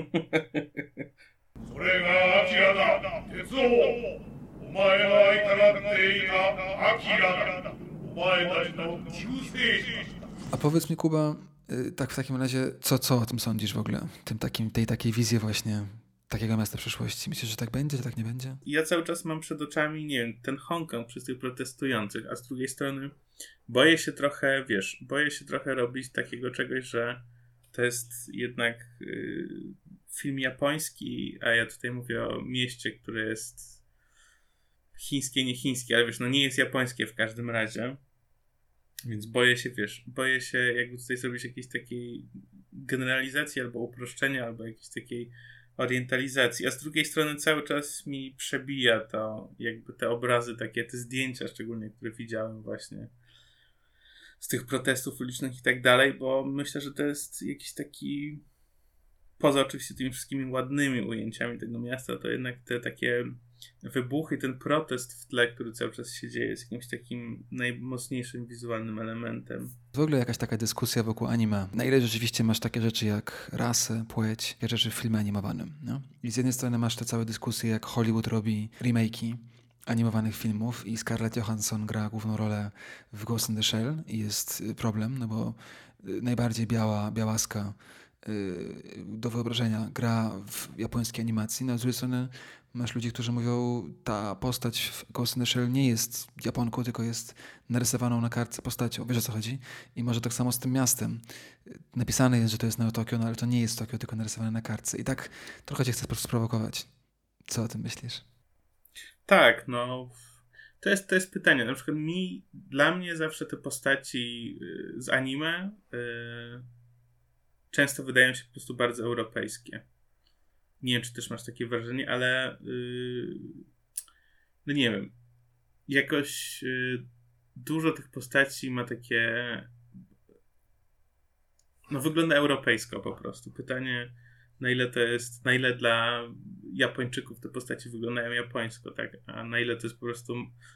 それがアキラだ鉄王お前が会いたがっていたアキラだお前たちの救世主だ A powiedz mi, Kuba, tak w takim razie, co o tym sądzisz w ogóle? Tej takiej wizji właśnie takiego miasta przyszłości. Myślisz, że tak będzie, że tak nie będzie? Ja cały czas mam przed oczami, nie wiem, ten Hongkong przez tych protestujących, a z drugiej strony boję się trochę robić takiego czegoś, że to jest jednak film japoński, a ja tutaj mówię o mieście, które jest chińskie, nie chińskie, ale wiesz, no nie jest japońskie w każdym razie. Więc boję się jakby tutaj zrobić jakiejś takiej generalizacji albo uproszczenia, albo jakiejś takiej orientalizacji, a z drugiej strony cały czas mi przebija to, jakby te obrazy, takie te zdjęcia szczególnie, które widziałem właśnie z tych protestów ulicznych i tak dalej, bo myślę, że to jest jakiś taki, poza oczywiście tymi wszystkimi ładnymi ujęciami tego miasta, to jednak te takie wybuchy, ten protest w tle, który cały czas się dzieje, jest jakimś takim najmocniejszym wizualnym elementem. W ogóle jakaś taka dyskusja wokół anime. Na ile rzeczywiście masz takie rzeczy jak rasę, płeć, takie rzeczy w filmie animowanym. No? I z jednej strony masz te całe dyskusje, jak Hollywood robi remake'i animowanych filmów i Scarlett Johansson gra główną rolę w Ghost in the Shell i jest problem, no bo najbardziej białaska do wyobrażenia gra w japońskiej animacji. No, z drugiej strony masz ludzi, którzy mówią, ta postać w Ghost in the Shell nie jest Japonką, tylko jest narysowaną na kartce postacią. Wiesz, o co chodzi? I może tak samo z tym miastem. Napisane jest, że to jest Neo Tokio, no ale to nie jest Tokio, tylko narysowane na kartce. I tak trochę cię chcę po prostu sprowokować. Co o tym myślisz? Tak, no to jest pytanie. Na przykład dla mnie zawsze te postaci z anime często wydają się po prostu bardzo europejskie. Nie wiem, czy też masz takie wrażenie, ale no nie wiem. Jakoś dużo tych postaci ma takie no wygląda europejsko po prostu. Pytanie, na ile dla Japończyków te postaci wyglądają japońsko, tak? A na ile to jest po prostu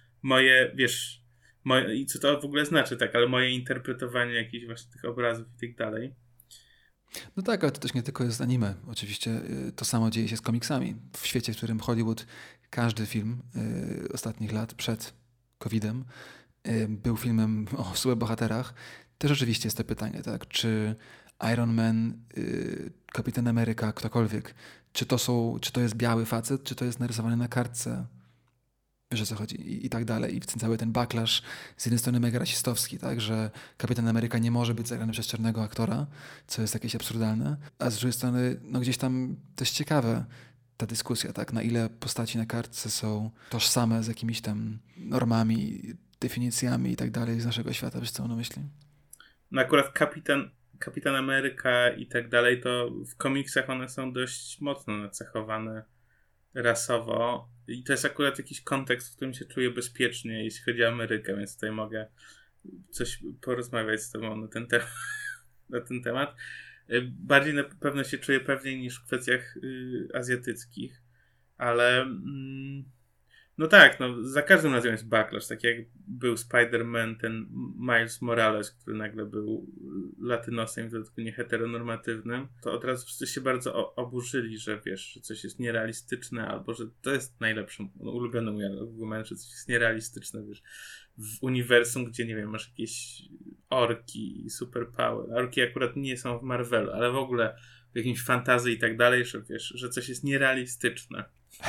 i co to w ogóle znaczy, tak? Ale moje interpretowanie jakichś właśnie tych obrazów i tak dalej. No tak, ale to też nie tylko jest anime. Oczywiście to samo dzieje się z komiksami. W świecie, w którym Hollywood każdy film ostatnich lat przed COVID-em był filmem o superbohaterach, to rzeczywiście jest to pytanie, tak? Czy Iron Man, Kapitan Ameryka, ktokolwiek, czy to jest biały facet, czy to jest narysowane na kartce? Wiesz, o co chodzi? I tak dalej. I cały ten backlash z jednej strony mega rasistowski, tak? Że Kapitan Ameryka nie może być zagrany przez czarnego aktora, co jest jakieś absurdalne, a z drugiej strony no gdzieś tam też ciekawe ta dyskusja, tak? Na ile postaci na kartce są tożsame z jakimiś tam normami, definicjami i tak dalej z naszego świata. Wiesz, co mam na myśli? No akurat Kapitan Ameryka i tak dalej, to w komiksach one są dość mocno nacechowane rasowo i to jest akurat jakiś kontekst, w którym się czuję bezpiecznie, jeśli chodzi o Amerykę, więc tutaj mogę coś porozmawiać z tobą na ten temat. Bardziej na pewno się czuję pewniej niż w kwestiach azjatyckich, ale no tak, no za każdym razem jest backlash, tak jak był Spider-Man, ten Miles Morales, który nagle był latynosem, w dodatku nieheteronormatywnym, to od razu wszyscy się bardzo oburzyli, że wiesz, że coś jest nierealistyczne, albo że to jest najlepszy, ulubiony mój argument, że coś jest nierealistyczne, wiesz, w uniwersum, gdzie, nie wiem, masz jakieś orki i superpower. Orki akurat nie są w Marvelu, ale w ogóle w jakimś fantasy i tak dalej, że wiesz, że coś jest nierealistyczne.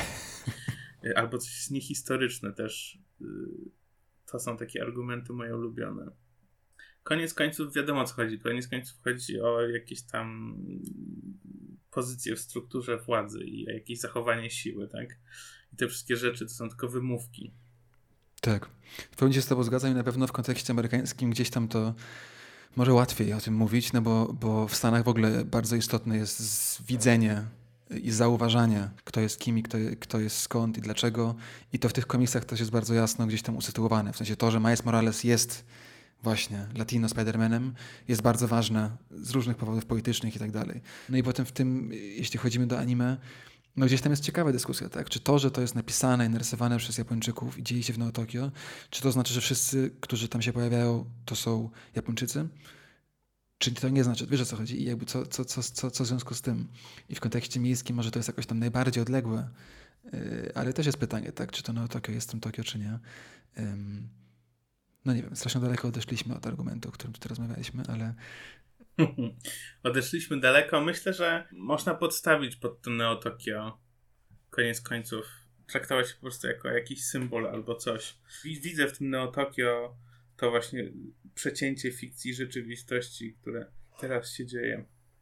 Albo coś jest niehistoryczne też. To są takie argumenty moje ulubione. Koniec końców wiadomo, o co chodzi. Koniec końców chodzi o jakieś tam pozycje w strukturze władzy i o jakieś zachowanie siły, tak? I te wszystkie rzeczy to są tylko wymówki. Tak. W pełni się z tobą zgadzam i na pewno w kontekście amerykańskim gdzieś tam to może łatwiej o tym mówić, no bo w Stanach w ogóle bardzo istotne jest widzenie i zauważanie, kto jest kim i kto jest skąd i dlaczego. I to w tych komiksach też jest bardzo jasno gdzieś tam usytuowane. W sensie to, że Miles Morales jest właśnie Latino Spider-Manem, jest bardzo ważne z różnych powodów politycznych i tak dalej. No i potem w tym, jeśli chodzimy do anime, no gdzieś tam jest ciekawa dyskusja, tak? Czy to, że to jest napisane i narysowane przez Japończyków i dzieje się w Neo Tokio, czy to znaczy, że wszyscy, którzy tam się pojawiają, to są Japończycy? Czy to nie znaczy, wiesz o co chodzi? I jakby co w związku z tym? I w kontekście miejskim może to jest jakoś tam najbardziej odległe, ale też jest pytanie, tak? Czy to Neo Tokio jest tym Tokio, czy nie? No nie wiem, strasznie daleko odeszliśmy od argumentu, o którym tutaj rozmawialiśmy, ale... Odeszliśmy daleko. Myślę, że można podstawić pod to Neo Tokio, koniec końców, traktować po prostu jako jakiś symbol albo coś. Widzę w tym Neo Tokio to właśnie przecięcie fikcji rzeczywistości, które teraz się dzieje.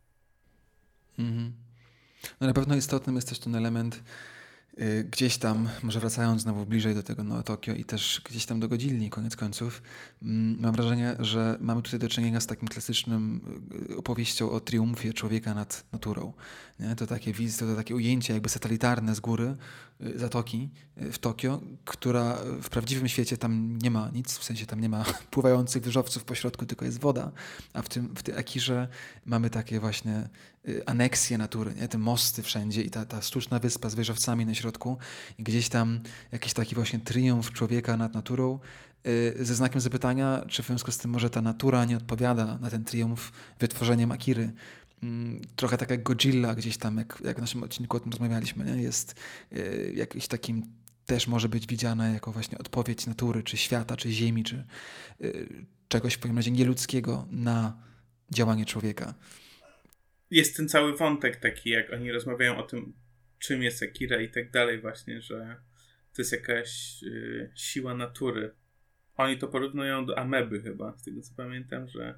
Mhm. No na pewno istotnym jest też ten element gdzieś tam, może wracając znowu bliżej do tego Neo Tokio i też gdzieś tam do Godzilli, koniec końców, mam wrażenie, że mamy tutaj do czynienia z takim klasycznym opowieścią o triumfie człowieka nad naturą. Nie? To takie wizje, to takie ujęcie jakby satelitarne z góry zatoki w Tokio, która w prawdziwym świecie tam nie ma nic, w sensie tam nie ma pływających wieżowców po środku, tylko jest woda, a w tej Akirze mamy takie właśnie aneksje natury, nie? Te mosty wszędzie i ta sztuczna wyspa z wieżowcami na środku i gdzieś tam jakiś taki właśnie triumf człowieka nad naturą ze znakiem zapytania, czy w związku z tym może ta natura nie odpowiada na ten triumf wytworzeniem Akiry. Trochę tak jak Godzilla gdzieś tam, jak w naszym odcinku o tym rozmawialiśmy, nie? Jest jakiś takim też może być widziana jako właśnie odpowiedź natury, czy świata, czy ziemi, czy czegoś w pewnym razie nieludzkiego na działanie człowieka. Jest ten cały wątek taki, jak oni rozmawiają o tym, czym jest Akira i tak dalej właśnie, że to jest jakaś siła natury. Oni to porównują do ameby chyba, z tego co pamiętam, że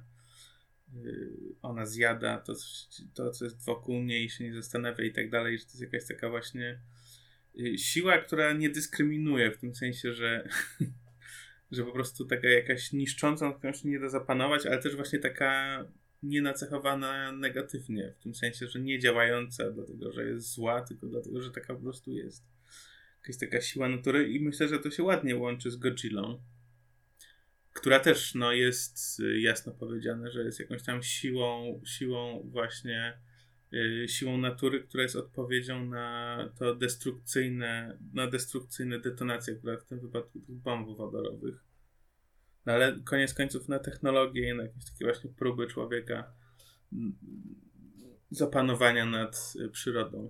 ona zjada to, co jest wokół niej i się nie zastanawia i tak dalej, że to jest jakaś taka właśnie siła, która nie dyskryminuje w tym sensie, że że po prostu taka jakaś niszcząca, na którą się nie da zapanować, ale też właśnie taka nienacechowana negatywnie, w tym sensie, że nie działająca dlatego, że jest zła, tylko dlatego, że taka po prostu jest. Jakaś taka siła natury i myślę, że to się ładnie łączy z Godzillą, która też no, jest jasno powiedziane, że jest jakąś tam siłą właśnie siłą natury, która jest odpowiedzią na to destrukcyjne detonacje, które w tym wypadku tych bomb wodorowych. No ale koniec końców na technologię i na jakieś takie właśnie próby człowieka zapanowania nad przyrodą.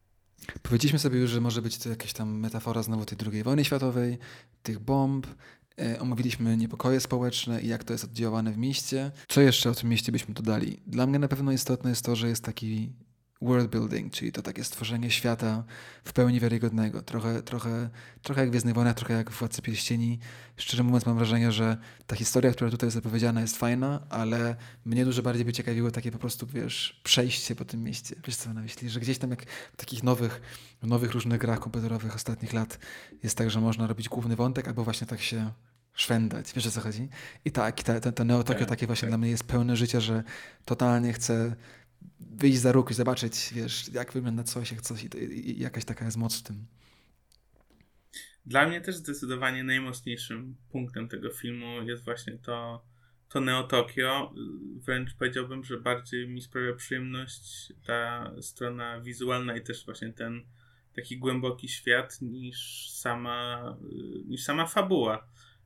Powiedzieliśmy sobie już, że może być to jakaś tam metafora znowu tej II wojny światowej, tych bomb, Omówiliśmy niepokoje społeczne i jak to jest oddziaływane w mieście. Co jeszcze o tym mieście byśmy dodali? Dla mnie na pewno istotne jest to, że jest taki world building, czyli to takie stworzenie świata w pełni wiarygodnego. Trochę jak w Gwiezdnych Wojnach, trochę jak w Władcy Pierścieni. Szczerze mówiąc mam wrażenie, że ta historia, która tutaj jest zapowiedziana, jest fajna, ale mnie dużo bardziej by ciekawiło takie po prostu, wiesz, przejście po tym mieście. Wiesz co mam na myśli? Że gdzieś tam jak w takich nowych różnych grach komputerowych ostatnich lat jest tak, że można robić główny wątek, albo właśnie tak się szwendać. Wiesz o co chodzi? I tak, to Neo Tokio takie właśnie dla mnie jest pełne życia, że totalnie chcę wyjść za róg i zobaczyć, wiesz, jak wygląda coś, jak coś i jakaś taka jest moc w tym. Dla mnie też zdecydowanie najmocniejszym punktem tego filmu jest właśnie to Neo Tokio. Wręcz powiedziałbym, że bardziej mi sprawia przyjemność ta strona wizualna i też właśnie ten taki głęboki świat niż sama fabuła,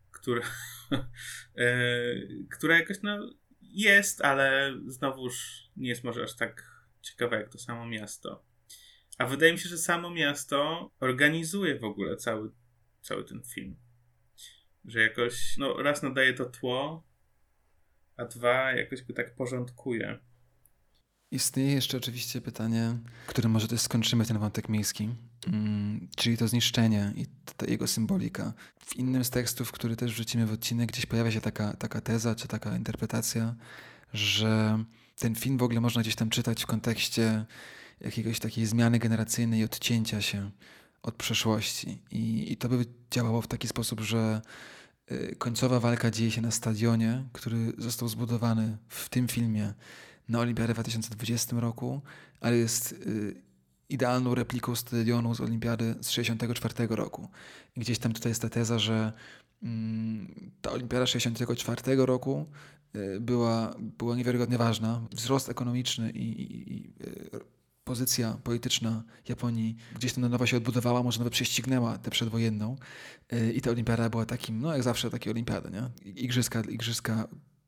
która jakoś jest, ale znowuż nie jest może aż tak ciekawe jak to samo miasto. A wydaje mi się, że samo miasto organizuje w ogóle cały ten film. Że jakoś, raz nadaje to tło, a dwa jakoś go tak porządkuje. Istnieje jeszcze oczywiście pytanie, którym może też skończymy ten wątek miejski, czyli to zniszczenie i ta jego symbolika. W innym z tekstów, który też wrzucimy w odcinek, gdzieś pojawia się taka teza, czy taka interpretacja, że ten film w ogóle można gdzieś tam czytać w kontekście jakiegoś takiej zmiany generacyjnej i odcięcia się od przeszłości. I to by działało w taki sposób, że końcowa walka dzieje się na stadionie, który został zbudowany w tym filmie na Olimpiadę w 2020 roku, ale jest idealną repliką stadionu z Olimpiady z 1964 roku. I gdzieś tam tutaj jest ta teza, że ta Olimpiada 1964 roku była niewiarygodnie ważna. Wzrost ekonomiczny i pozycja polityczna Japonii gdzieś tam na nowo się odbudowała, może nawet prześcignęła tę przedwojenną. I ta Olimpiada była takim, jak zawsze takie olimpiady, nie? Igrzyska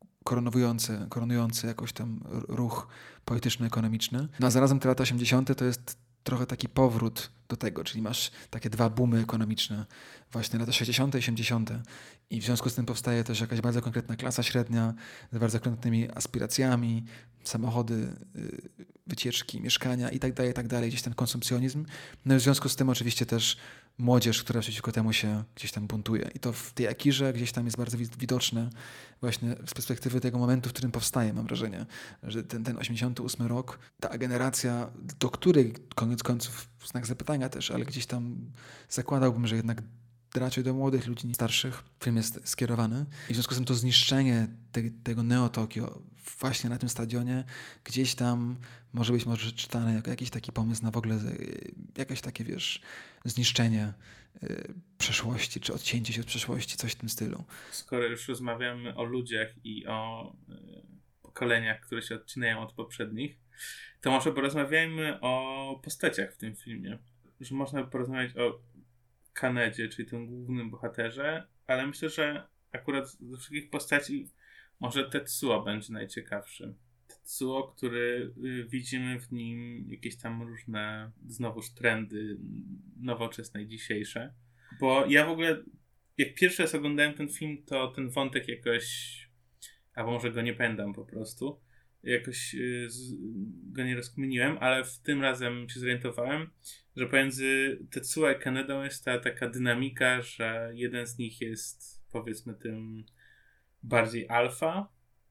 koronujący jakoś tam ruch polityczno-ekonomiczny. A zarazem te lata 80. to jest trochę taki powrót do tego, czyli masz takie dwa boomy ekonomiczne, właśnie lata 60. i 80. I w związku z tym powstaje też jakaś bardzo konkretna klasa średnia z bardzo konkretnymi aspiracjami, samochody, wycieczki, mieszkania i tak dalej, gdzieś ten konsumpcjonizm. No i w związku z tym oczywiście też młodzież, która przeciwko temu się gdzieś tam buntuje. I to w tej Akirze gdzieś tam jest bardzo widoczne właśnie z perspektywy tego momentu, w którym powstaje, mam wrażenie, że ten 88 rok, ta generacja, do której koniec końców znak zapytania też, ale gdzieś tam zakładałbym, że jednak raczej do młodych ludzi, starszych film jest skierowany. I w związku z tym to zniszczenie tego Neo Tokio właśnie na tym stadionie gdzieś tam może być czytane jako jakiś taki pomysł na w ogóle jakieś takie, wiesz, zniszczenie przeszłości, czy odcięcie się od przeszłości, coś w tym stylu. Skoro już rozmawiamy o ludziach i o pokoleniach, które się odcinają od poprzednich, to może porozmawiajmy o postaciach w tym filmie. Że można porozmawiać o Kanedzie, czyli tym głównym bohaterze, ale myślę, że akurat ze wszystkich postaci może Tetsuo będzie najciekawszy. Tetsuo, który widzimy w nim jakieś tam różne znowuż trendy nowoczesne i dzisiejsze. Bo ja w ogóle, jak pierwszy raz oglądałem ten film, to ten wątek jakoś, albo może go nie pamiętam po prostu, jakoś go nie rozkminiłem, ale w tym razem się zorientowałem, że pomiędzy Tetsuo i Kanedą jest ta taka dynamika, że jeden z nich jest, powiedzmy, tym bardziej alfa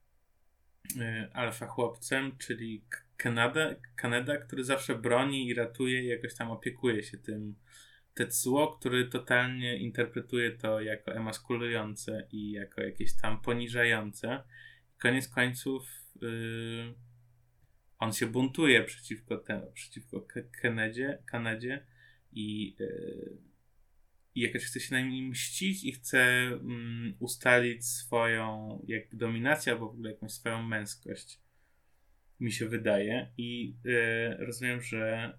chłopcem, czyli Kaneda, który zawsze broni i ratuje i jakoś tam opiekuje się tym Tetsuo, który totalnie interpretuje to jako emaskulujące i jako jakieś tam poniżające. Koniec końców on się buntuje przeciwko Kanadzie i jakoś chce się na nim mścić i chce ustalić swoją jakby dominację albo w ogóle jakąś swoją męskość, mi się wydaje. I rozumiem, że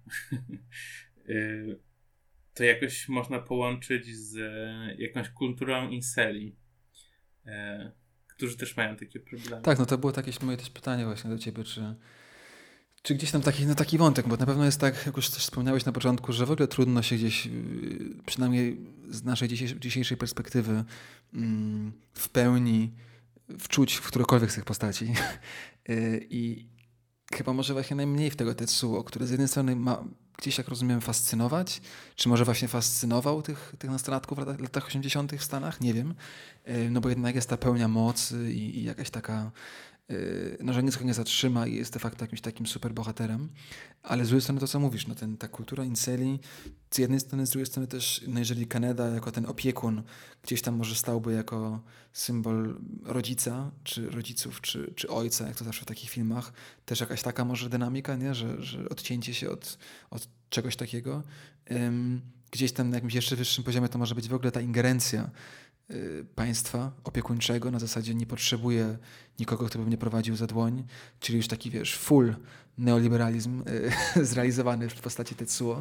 to jakoś można połączyć z jakąś kulturą inceli, którzy też mają takie problemy. Tak, to było takie moje też pytanie właśnie do ciebie, czy gdzieś tam taki wątek, bo na pewno jest tak, jak już też wspomniałeś na początku, że w ogóle trudno się gdzieś przynajmniej z naszej dzisiejszej perspektywy w pełni wczuć w którąkolwiek z tych postaci. I chyba może właśnie najmniej w tego Tetsuo, który z jednej strony ma gdzieś, jak rozumiem, fascynować, czy może właśnie fascynował tych nastolatków w latach 80. w Stanach, nie wiem, no bo jednak jest ta pełnia mocy i jakaś taka, no, że nic go nie zatrzyma i jest de facto jakimś takim super bohaterem, ale z drugiej strony to, co mówisz, no ta kultura inceli, z jednej strony, z drugiej strony też, no jeżeli Kaneda jako ten opiekun gdzieś tam może stałby jako symbol rodzica, czy rodziców, czy ojca, jak to zawsze w takich filmach, też jakaś taka może dynamika, nie? Że odcięcie się od czegoś takiego. Gdzieś tam na jakimś jeszcze wyższym poziomie to może być w ogóle ta ingerencja państwa opiekuńczego, na zasadzie nie potrzebuje nikogo, kto by mnie prowadził za dłoń, czyli już taki, wiesz, full neoliberalizm zrealizowany w postaci Tetsuo.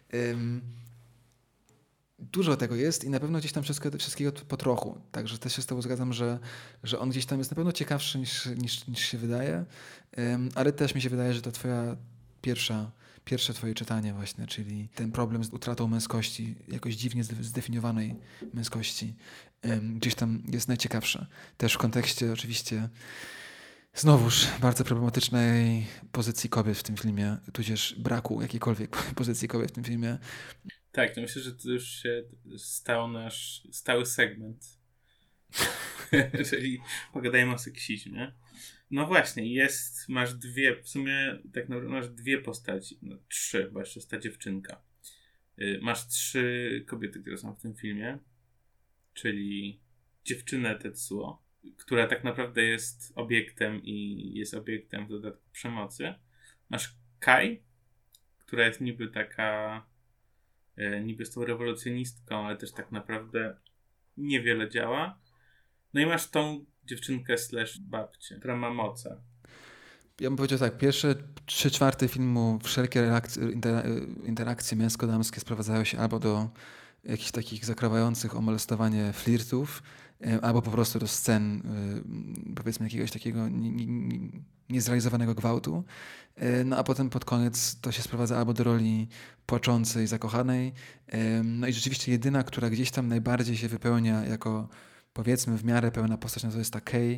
Dużo tego jest i na pewno gdzieś tam wszystkiego po trochu. Także też się z tobą zgadzam, że on gdzieś tam jest na pewno ciekawszy niż się wydaje, ale też mi się wydaje, że to twoja pierwsze twoje czytanie właśnie, czyli ten problem z utratą męskości, jakoś dziwnie zdefiniowanej męskości, gdzieś tam jest najciekawsze. Też w kontekście oczywiście znowuż bardzo problematycznej pozycji kobiet w tym filmie, tudzież braku jakiejkolwiek pozycji kobiet w tym filmie. Tak, to myślę, że to już się stał nasz stały segment. Czyli pogadajmy o seksizmie. No właśnie, masz dwie, w sumie tak naprawdę masz dwie postaci, no 3, bo jeszcze jest ta dziewczynka. Masz 3 kobiety, które są w tym filmie, czyli dziewczynę Tetsuo, która tak naprawdę jest obiektem i jest obiektem w dodatku przemocy. Masz Kai, która jest niby taka, niby z tą rewolucjonistką, ale też tak naprawdę niewiele działa. No i masz tą dziewczynkę / babcię, która ma moce. Ja bym powiedział tak, pierwsze 3/4 filmu wszelkie interakcje męsko-damskie sprowadzają się albo do jakichś takich zakrawających o molestowanie flirtów, albo po prostu do scen, powiedzmy, jakiegoś takiego niezrealizowanego gwałtu. No a potem pod koniec to się sprowadza albo do roli płaczącej, zakochanej. No i rzeczywiście jedyna, która gdzieś tam najbardziej się wypełnia jako, powiedzmy, w miarę pełna postać, no to jest ta Kei,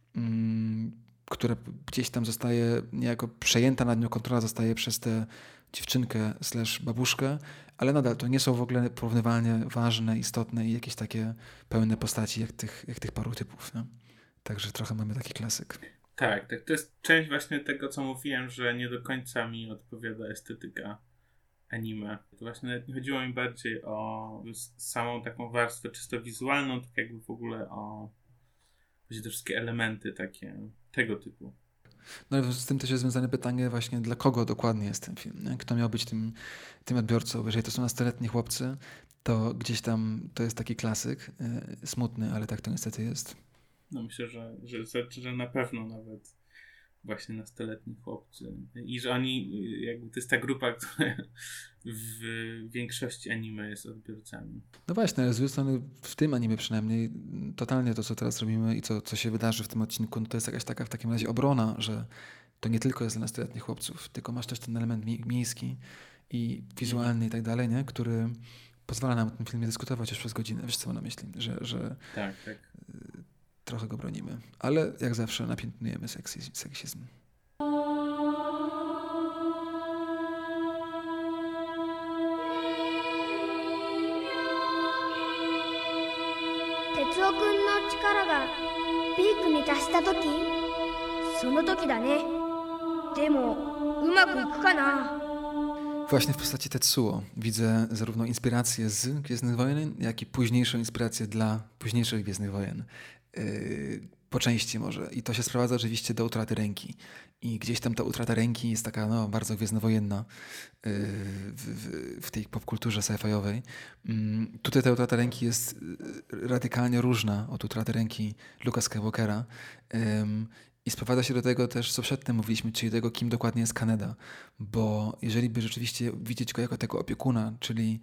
która gdzieś tam zostaje niejako przejęta, nad nią kontrola zostaje przez tę dziewczynkę / babuszkę, ale nadal to nie są w ogóle porównywalnie ważne, istotne i jakieś takie pełne postaci jak tych paru typów. No? Także trochę mamy taki klasyk. Tak. To jest część właśnie tego, co mówiłem, że nie do końca mi odpowiada estetyka anime. To właśnie nawet nie chodziło mi bardziej o samą taką warstwę czysto wizualną, tak jakby w ogóle o te wszystkie elementy takie tego typu. No ale z tym też jest związane pytanie właśnie, dla kogo dokładnie jest ten film, nie? Kto miał być tym odbiorcą. Jeżeli to są nastoletni chłopcy, to gdzieś tam to jest taki klasyk, smutny, ale tak to niestety jest. No myślę, że na pewno nawet właśnie nastoletni chłopcy. I że oni, jakby to jest ta grupa, która w większości anime jest odbiorcami. No właśnie, ale z drugiej strony w tym anime przynajmniej totalnie to, co teraz robimy i co się wydarzy w tym odcinku, no to jest jakaś taka w takim razie obrona, że to nie tylko jest dla nastoletnich chłopców, tylko masz też ten element miejski i wizualny i tak dalej, nie? Który pozwala nam o tym filmie dyskutować już przez godzinę. Wiesz, co mam na myśli? Że tak. Trochę go bronimy. Ale jak zawsze napiętnujemy seksizm. 哲夫君の力がピークに達した時、その時だね。でもうまくいくかな。 Właśnie w postaci Tetsuo widzę zarówno inspirację z Gwiezdnych Wojen, jak i późniejszą inspirację dla późniejszych Gwiezdnych Wojen. Po części może. I to się sprowadza oczywiście do utraty ręki. I gdzieś tam ta utrata ręki jest taka bardzo gwiezdnowojenna w tej popkulturze sci-fiowej. Tutaj ta utrata ręki jest radykalnie różna od utraty ręki Luke'a Skywalkera. I sprowadza się do tego też, co przedtem mówiliśmy, czyli tego, kim dokładnie jest Kaneda. Bo jeżeli by rzeczywiście widzieć go jako tego opiekuna, czyli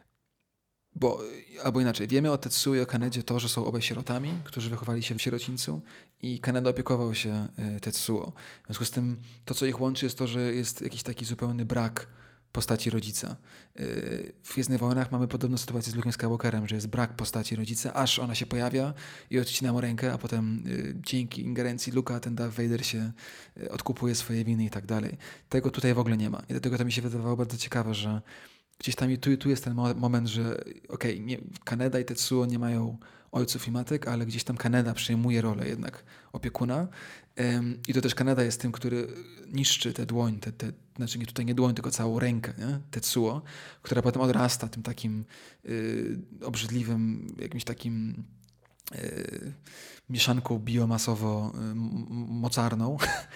albo inaczej, wiemy o Tetsuo i o Kanedzie to, że są obaj sierotami, którzy wychowali się w sierocińcu i Kaneda opiekował się Tetsuo. W związku z tym to, co ich łączy, jest to, że jest jakiś taki zupełny brak postaci rodzica. W Gwiezdnych Wojnach mamy podobną sytuację z Luke'em Skywalkerem, że jest brak postaci rodzica, aż ona się pojawia i odcina mu rękę, a potem dzięki ingerencji Luke'a ten Darth Vader się odkupuje swoje winy i tak dalej. Tego tutaj w ogóle nie ma. I dlatego to mi się wydawało bardzo ciekawe, że gdzieś tam tu jest ten moment, że Kaneda i Tetsuo nie mają ojców i matek, ale gdzieś tam Kaneda przejmuje rolę jednak opiekuna. I to też Kaneda jest tym, który niszczy tę dłoń, znaczy tutaj nie dłoń, tylko całą rękę, nie? Tetsuo, która potem odrasta tym takim obrzydliwym, jakimś takim mieszanką biomasowo-mocarną.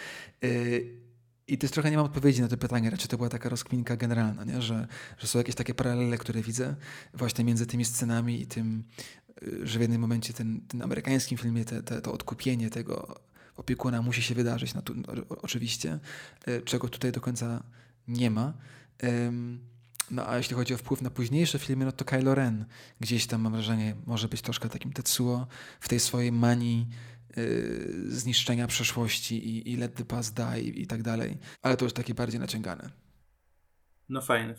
I też trochę nie mam odpowiedzi na to pytanie, raczej to była taka rozkminka generalna, nie? Że są jakieś takie paralele, które widzę właśnie między tymi scenami i tym, że w jednym momencie ten amerykańskim filmie to odkupienie tego opiekuna musi się wydarzyć, oczywiście, czego tutaj do końca nie ma. No a jeśli chodzi o wpływ na późniejsze filmy, no to Kylo Ren gdzieś tam, mam wrażenie, może być troszkę takim Tetsuo w tej swojej manii zniszczenia przeszłości i let the past die i tak dalej. Ale to już takie bardziej naciągane. No fajne.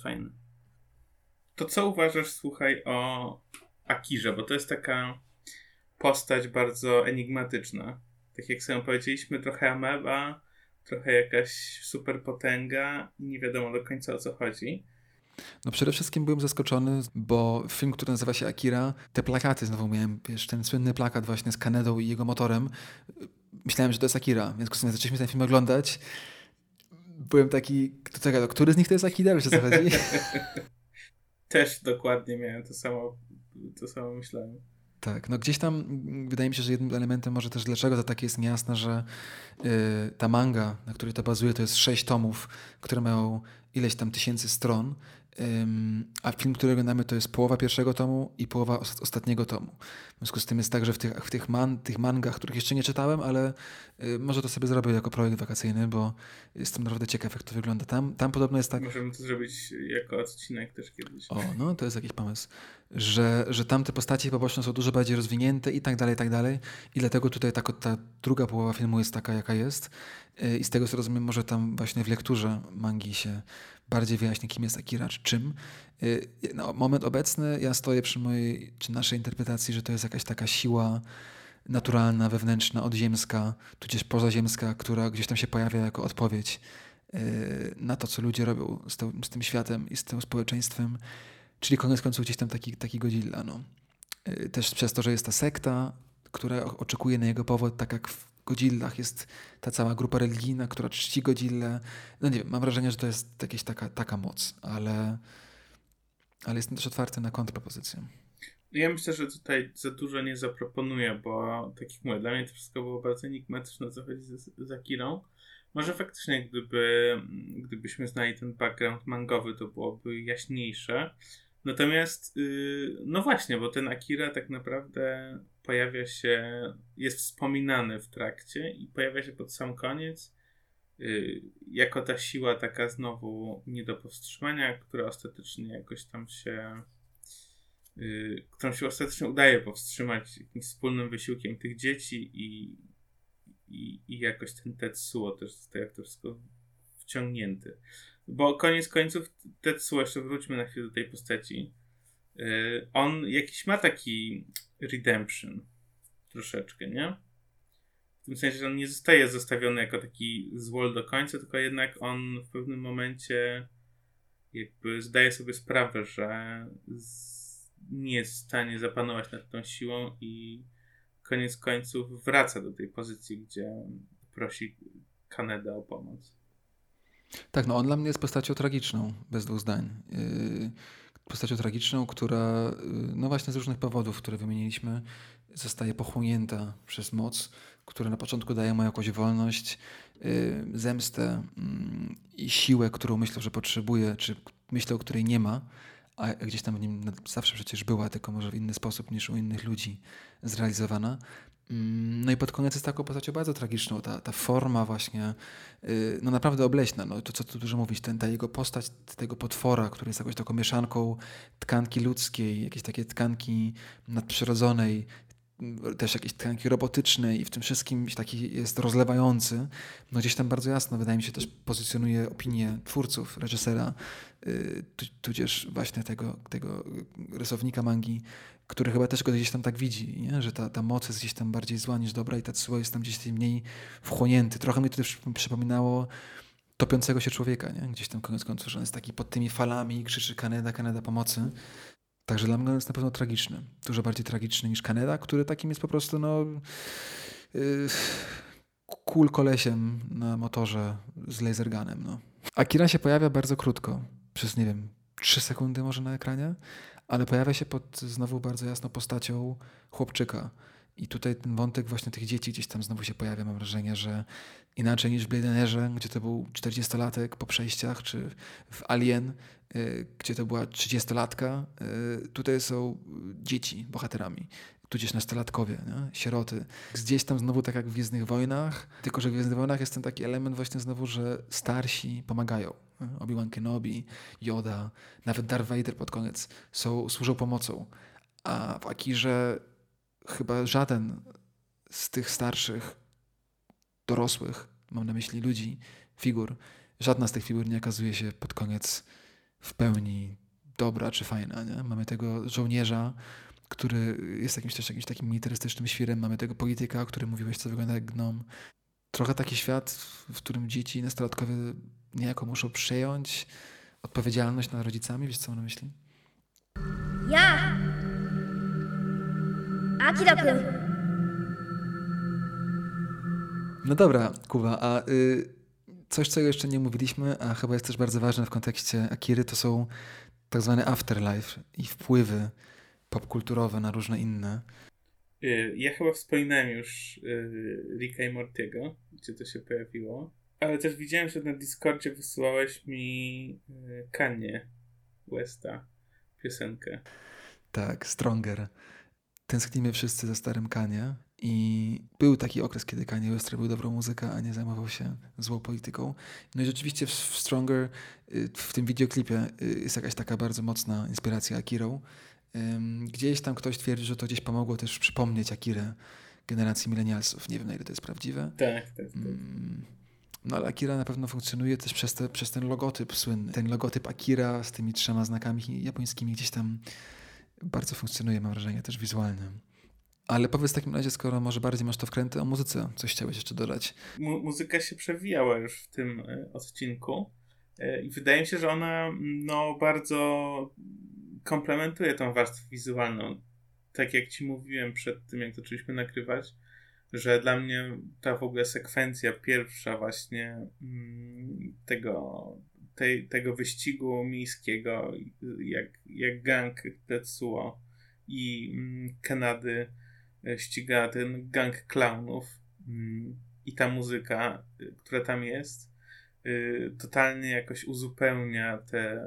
To co uważasz, słuchaj, o Akirze? Bo to jest taka postać bardzo enigmatyczna. Tak jak sobie powiedzieliśmy, trochę ameba, trochę jakaś superpotęga. Nie wiadomo do końca, o co chodzi. No przede wszystkim byłem zaskoczony, bo film, który nazywa się Akira, te plakaty znowu miałem, wiesz, ten słynny plakat właśnie z Kanedą i jego motorem. Myślałem, że to jest Akira, więc w sumie zaczęliśmy ten film oglądać. Byłem taki, który z nich to jest Akira, wiesz o co chodzi? Też dokładnie miałem to samo myślałem. Tak, no gdzieś tam wydaje mi się, że jednym elementem może też dlaczego to takie jest niejasne, że ta manga, na której to bazuje, to jest 6 tomów, które mają ileś tam tysięcy stron, a film, który oglądamy, to jest połowa pierwszego tomu i połowa ostatniego tomu. W związku z tym jest tak, że w tych mangach, których jeszcze nie czytałem, ale może to sobie zrobię jako projekt wakacyjny, bo jestem naprawdę ciekaw, jak to wygląda. Tam podobno jest tak... Możemy to zrobić jako odcinek też kiedyś. O, no to jest jakiś pomysł. Że tam te postacie poboczne są dużo bardziej rozwinięte i tak dalej. I dlatego tutaj ta druga połowa filmu jest taka, jaka jest. I z tego, co rozumiem, może tam właśnie w lekturze mangi się bardziej wyjaśni, kim jest Akira, czy czym. Na moment obecny ja stoję przy naszej interpretacji, że to jest jakaś taka siła naturalna, wewnętrzna, odziemska, tudzież pozaziemska, która gdzieś tam się pojawia jako odpowiedź na to, co ludzie robią z tym światem i z tym społeczeństwem. Czyli koniec końców gdzieś tam taki Godzilla. No. Też przez to, że jest ta sekta, która oczekuje na jego powód, tak jak w Godzillach jest ta cała grupa religijna, która czci Godzillę. No nie wiem, mam wrażenie, że to jest jakaś taka moc, ale jestem też otwarty na kontrpropozycję. Ja myślę, że tutaj za dużo nie zaproponuję, bo tak jak mówię, dla mnie to wszystko było bardzo enigmatyczne, co chodzi z Akirą. Może faktycznie, gdybyśmy znali ten background mangowy, to byłoby jaśniejsze. Natomiast, no właśnie, bo ten Akira tak naprawdę pojawia się, jest wspominany w trakcie i pojawia się pod sam koniec jako ta siła taka znowu nie do powstrzymania, która ostatecznie jakoś tam się którą się ostatecznie udaje powstrzymać jakimś wspólnym wysiłkiem tych dzieci i jakoś ten Tetsuo też zostaje w to wszystko wciągnięty. Bo koniec końców Tetsuo, jeszcze wróćmy na chwilę do tej postaci, on jakiś ma taki redemption troszeczkę, nie? W tym sensie, że on nie zostaje zostawiony jako taki złol do końca, tylko jednak on w pewnym momencie jakby zdaje sobie sprawę, że nie jest w stanie zapanować nad tą siłą i koniec końców wraca do tej pozycji, gdzie prosi Kanedę o pomoc. Tak, no on dla mnie jest postacią tragiczną, bez dwóch zdań. Postacią tragiczną, która no właśnie z różnych powodów, które wymieniliśmy, zostaje pochłonięta przez moc, która na początku daje mu jakąś wolność, zemstę i siłę, którą myślę, że potrzebuje, czy myślę, o której nie ma, a gdzieś tam w nim zawsze przecież była, tylko może w inny sposób niż u innych ludzi zrealizowana. No i pod koniec jest taką postacią bardzo tragiczną. Ta forma właśnie, no naprawdę obleśna. No to co tu dużo mówić, ta jego postać tego potwora, który jest jakąś taką mieszanką tkanki ludzkiej, jakiejś takiej tkanki nadprzyrodzonej, też jakiś taki robotyczny i w tym wszystkim taki jest rozlewający, no gdzieś tam bardzo jasno, wydaje mi się, też pozycjonuje opinię twórców, reżysera, tudzież właśnie tego rysownika mangi, który chyba też go gdzieś tam tak widzi, nie? Że ta moc jest gdzieś tam bardziej zła niż dobra i Tetsuo jest tam gdzieś mniej wchłonięty. Trochę mi to też przypominało topiącego się człowieka, nie? Gdzieś tam koniec końców, że on jest taki pod tymi falami, krzyczy Kaneda, Kaneda pomocy. Także dla mnie on jest na pewno tragiczny. Dużo bardziej tragiczny niż Kaneda, który takim jest po prostu cool kolesiem na motorze z lasergunem. No. Akira się pojawia bardzo krótko. Przez, nie wiem, 3 sekundy może na ekranie, ale pojawia się pod znowu bardzo jasną postacią chłopczyka. I tutaj ten wątek właśnie tych dzieci gdzieś tam znowu się pojawia. Mam wrażenie, że inaczej niż w Blade Runnerze, gdzie to był 40-latek po przejściach, czy w Alien, gdzie to była 30-latka, tutaj są dzieci bohaterami, tudzież nastolatkowie, nie? Sieroty. Gdzieś tam znowu tak jak w Gwiezdnych Wojnach, tylko że w Gwiezdnych Wojnach jest ten taki element właśnie znowu, że starsi pomagają. Obi-Wan Kenobi, Yoda, nawet Darth Vader pod koniec służą pomocą. A w Akirze chyba żaden z tych starszych, dorosłych, mam na myśli ludzi, figur, żadna z tych figur nie okazuje się pod koniec w pełni dobra czy fajna. Nie? Mamy tego żołnierza, który jest jakimś takim militarystycznym świrem, mamy tego polityka, o którym mówiłeś, co wygląda jak gnom. Trochę taki świat, w którym dzieci nastolatkowie niejako muszą przejąć odpowiedzialność nad rodzicami. Wiesz, co mam na myśli? Ja! Akira-kun! No dobra, Kuba, a coś, czego jeszcze nie mówiliśmy, a chyba jest też bardzo ważne w kontekście Akiry, to są tak zwane afterlife i wpływy popkulturowe na różne inne. Ja chyba wspominałem już Ricka i Mortiego, gdzie to się pojawiło, ale też widziałem, że na Discordzie wysyłałeś mi Kanye Westa piosenkę. Tak, Stronger. Tęsknimy wszyscy za starym Kanye i był taki okres, kiedy Kanye West robił dobrą muzykę, a nie zajmował się złą polityką. No i rzeczywiście w Stronger, w tym wideoklipie jest jakaś taka bardzo mocna inspiracja Akirą. Gdzieś tam ktoś twierdzi, że to gdzieś pomogło też przypomnieć Akirę generacji millennialsów. Nie wiem, na ile to jest prawdziwe. Tak. No ale Akira na pewno funkcjonuje też przez ten logotyp słynny. Ten logotyp Akira z tymi 3 znakami japońskimi gdzieś tam bardzo funkcjonuje, mam wrażenie, też wizualnie. Ale powiedz w takim razie, skoro może bardziej masz to wkręty, o muzyce coś chciałeś jeszcze dodać. Muzyka się przewijała już w tym odcinku i wydaje mi się, że ona bardzo komplementuje tą warstwę wizualną. Tak jak ci mówiłem przed tym, jak zaczęliśmy nagrywać, że dla mnie ta w ogóle sekwencja pierwsza właśnie tego wyścigu miejskiego, jak gang Tetsuo i Kanady ściga ten gang klaunów i ta muzyka, która tam jest, totalnie jakoś uzupełnia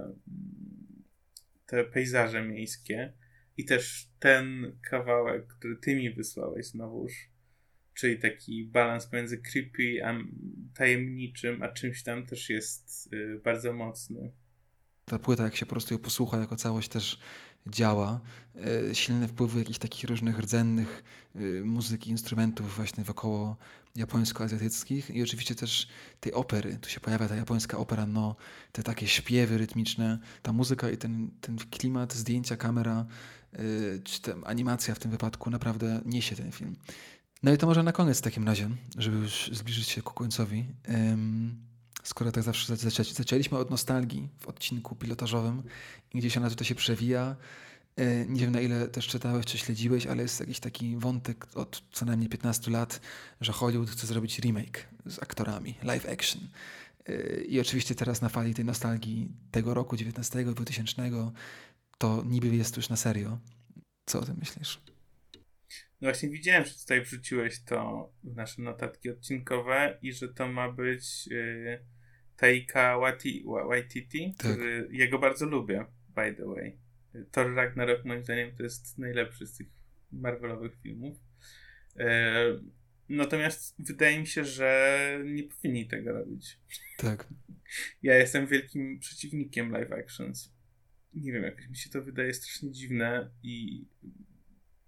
te pejzaże miejskie i też ten kawałek, który ty mi wysłałeś znowuż, czyli taki balans pomiędzy creepy a tajemniczym, a czymś tam też jest bardzo mocny. Ta płyta, jak się po prostu ją posłucha jako całość, też działa. Silne wpływy jakichś takich różnych rdzennych muzyki, instrumentów właśnie wokoło japońsko-azjatyckich i oczywiście też tej opery. Tu się pojawia ta japońska opera, te takie śpiewy rytmiczne, ta muzyka i ten klimat, zdjęcia, kamera, czy ta animacja w tym wypadku naprawdę niesie ten film. No i to może na koniec w takim razie, żeby już zbliżyć się ku końcowi. Skoro tak zawsze zaczęliśmy od nostalgii w odcinku pilotażowym i gdzieś ona tutaj się przewija. Nie wiem, na ile też czytałeś czy śledziłeś, ale jest jakiś taki wątek od co najmniej 15 lat, że Hollywood chce zrobić remake z aktorami, live action. I oczywiście teraz na fali tej nostalgii tego roku 19, 2000 to niby jest już na serio. Co o tym myślisz? No właśnie widziałem, że tutaj wrzuciłeś to w nasze notatki odcinkowe i że to ma być Taika Waititi, który ja go bardzo lubię, by the way. Thor Ragnarok moim zdaniem to jest najlepszy z tych Marvelowych filmów. Natomiast wydaje mi się, że nie powinni tego robić. Tak. Ja jestem wielkim przeciwnikiem live actions. Nie wiem, jakoś mi się to wydaje strasznie dziwne i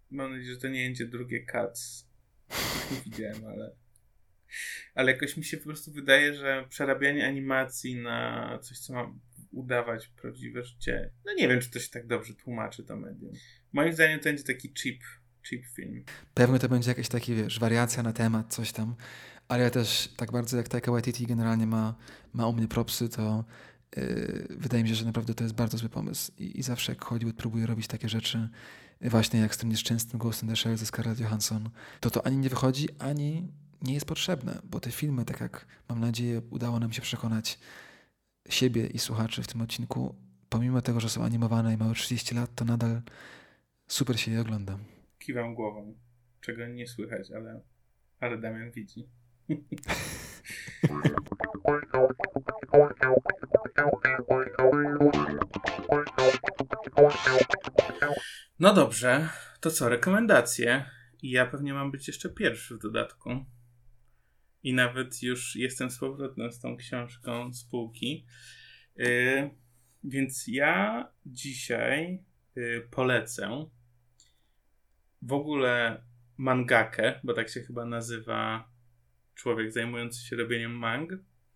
mam nadzieję, że to nie będzie drugie Cats. Nie widziałem, ale jakoś mi się po prostu wydaje, że przerabianie animacji na coś, co ma udawać prawdziwe życie. No nie wiem, czy to się tak dobrze tłumaczy to medium. Moim zdaniem to będzie taki cheap film. Pewnie to będzie jakaś taki, wariacja na temat, coś tam. Ale ja też tak bardzo jak Taika Waititi generalnie ma u mnie propsy, to wydaje mi się, że naprawdę to jest bardzo zły pomysł. I zawsze jak Hollywood próbuje robić takie rzeczy, właśnie jak z tym nieszczęsnym Ghost in the Shell ze Scarlett Johansson, to ani nie wychodzi, ani nie jest potrzebne, bo te filmy, tak jak mam nadzieję udało nam się przekonać siebie i słuchaczy w tym odcinku, pomimo tego, że są animowane i mają 30 lat, to nadal super się je ogląda. Kiwam głową, czego nie słychać, ale Damian widzi. No dobrze, to co, rekomendacje? I ja pewnie mam być jeszcze pierwszy w dodatku. I nawet już jestem z powrotem z tą książką z półki. Więc ja dzisiaj polecę w ogóle mangakę, bo tak się chyba nazywa człowiek zajmujący się robieniem mang.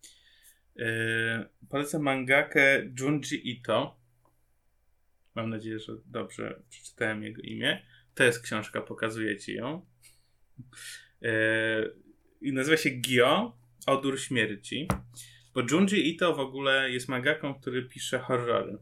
Polecam mangakę Junji Ito. Mam nadzieję, że dobrze przeczytałem jego imię. To jest książka, pokazuję ci ją. I nazywa się Gyo, Odór Śmierci. Bo Junji Ito w ogóle jest mangaką, który pisze horrory.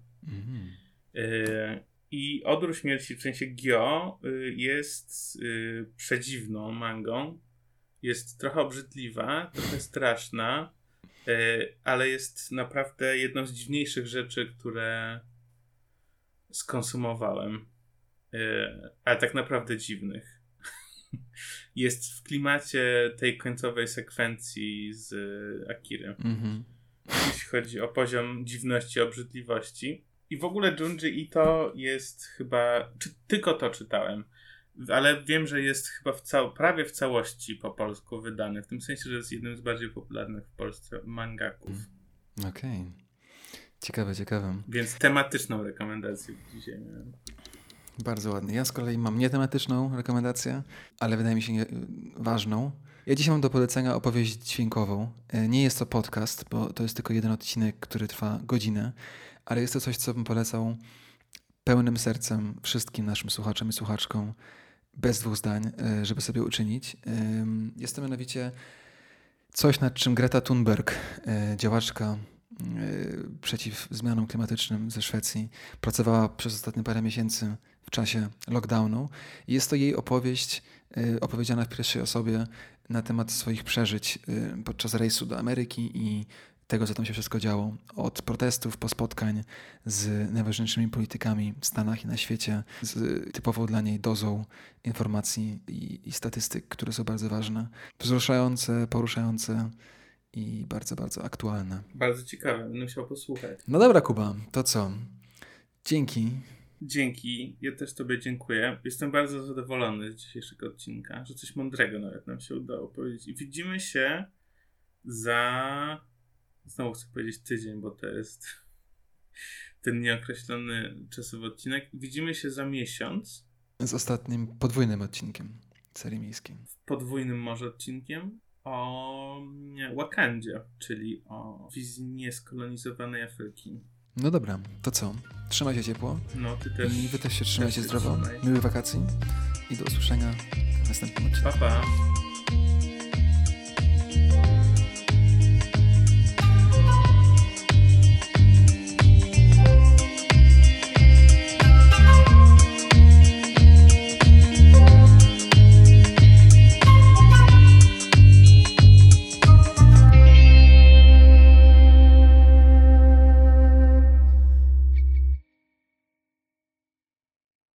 I Odór Śmierci, w sensie Gyo, jest przedziwną mangą. Jest trochę obrzydliwa, trochę straszna, ale jest naprawdę jedną z dziwniejszych rzeczy, które skonsumowałem. Ale tak naprawdę dziwnych. Jest w klimacie tej końcowej sekwencji z Akiry. Jeśli chodzi o poziom dziwności, obrzydliwości. I w ogóle Junji Ito jest chyba... tylko to czytałem. Ale wiem, że jest chyba prawie w całości po polsku wydany. W tym sensie, że jest jednym z bardziej popularnych w Polsce mangaków. Okej. Ciekawe. Więc tematyczną rekomendację dzisiaj miałem. Bardzo ładnie. Ja z kolei mam nietematyczną rekomendację, ale wydaje mi się ważną. Ja dzisiaj mam do polecenia opowieść dźwiękową. Nie jest to podcast, bo to jest tylko jeden odcinek, który trwa godzinę, ale jest to coś, co bym polecał pełnym sercem wszystkim naszym słuchaczom i słuchaczkom, bez dwóch zdań, żeby sobie uczynić. Jest to mianowicie coś, nad czym Greta Thunberg, działaczka przeciw zmianom klimatycznym ze Szwecji, pracowała przez ostatnie parę miesięcy w czasie lockdownu. I jest to jej opowieść opowiedziana w pierwszej osobie na temat swoich przeżyć podczas rejsu do Ameryki i tego, co tam się wszystko działo. Od protestów po spotkań z najważniejszymi politykami w Stanach i na świecie, z typową dla niej dozą informacji i statystyk, które są bardzo ważne. Wzruszające, poruszające i bardzo, bardzo aktualne. Bardzo ciekawe, będę musiał posłuchać. No dobra, Kuba, to co? Dzięki. Dzięki, ja też tobie dziękuję. Jestem bardzo zadowolony z dzisiejszego odcinka, że coś mądrego nawet nam się udało powiedzieć. I widzimy się znowu chcę powiedzieć tydzień, bo to jest ten nieokreślony czasowy odcinek. Widzimy się za miesiąc. Z ostatnim podwójnym odcinkiem serii miejskiej. Podwójnym może odcinkiem o Wakandzie, czyli o wizji nieskolonizowanej Afryki. No dobra, to co? Trzymaj się ciepło. No, ty też. I wy też się trzymajcie zdrowo. Miłych wakacji i do usłyszenia w następnym odcinku. Pa, pa.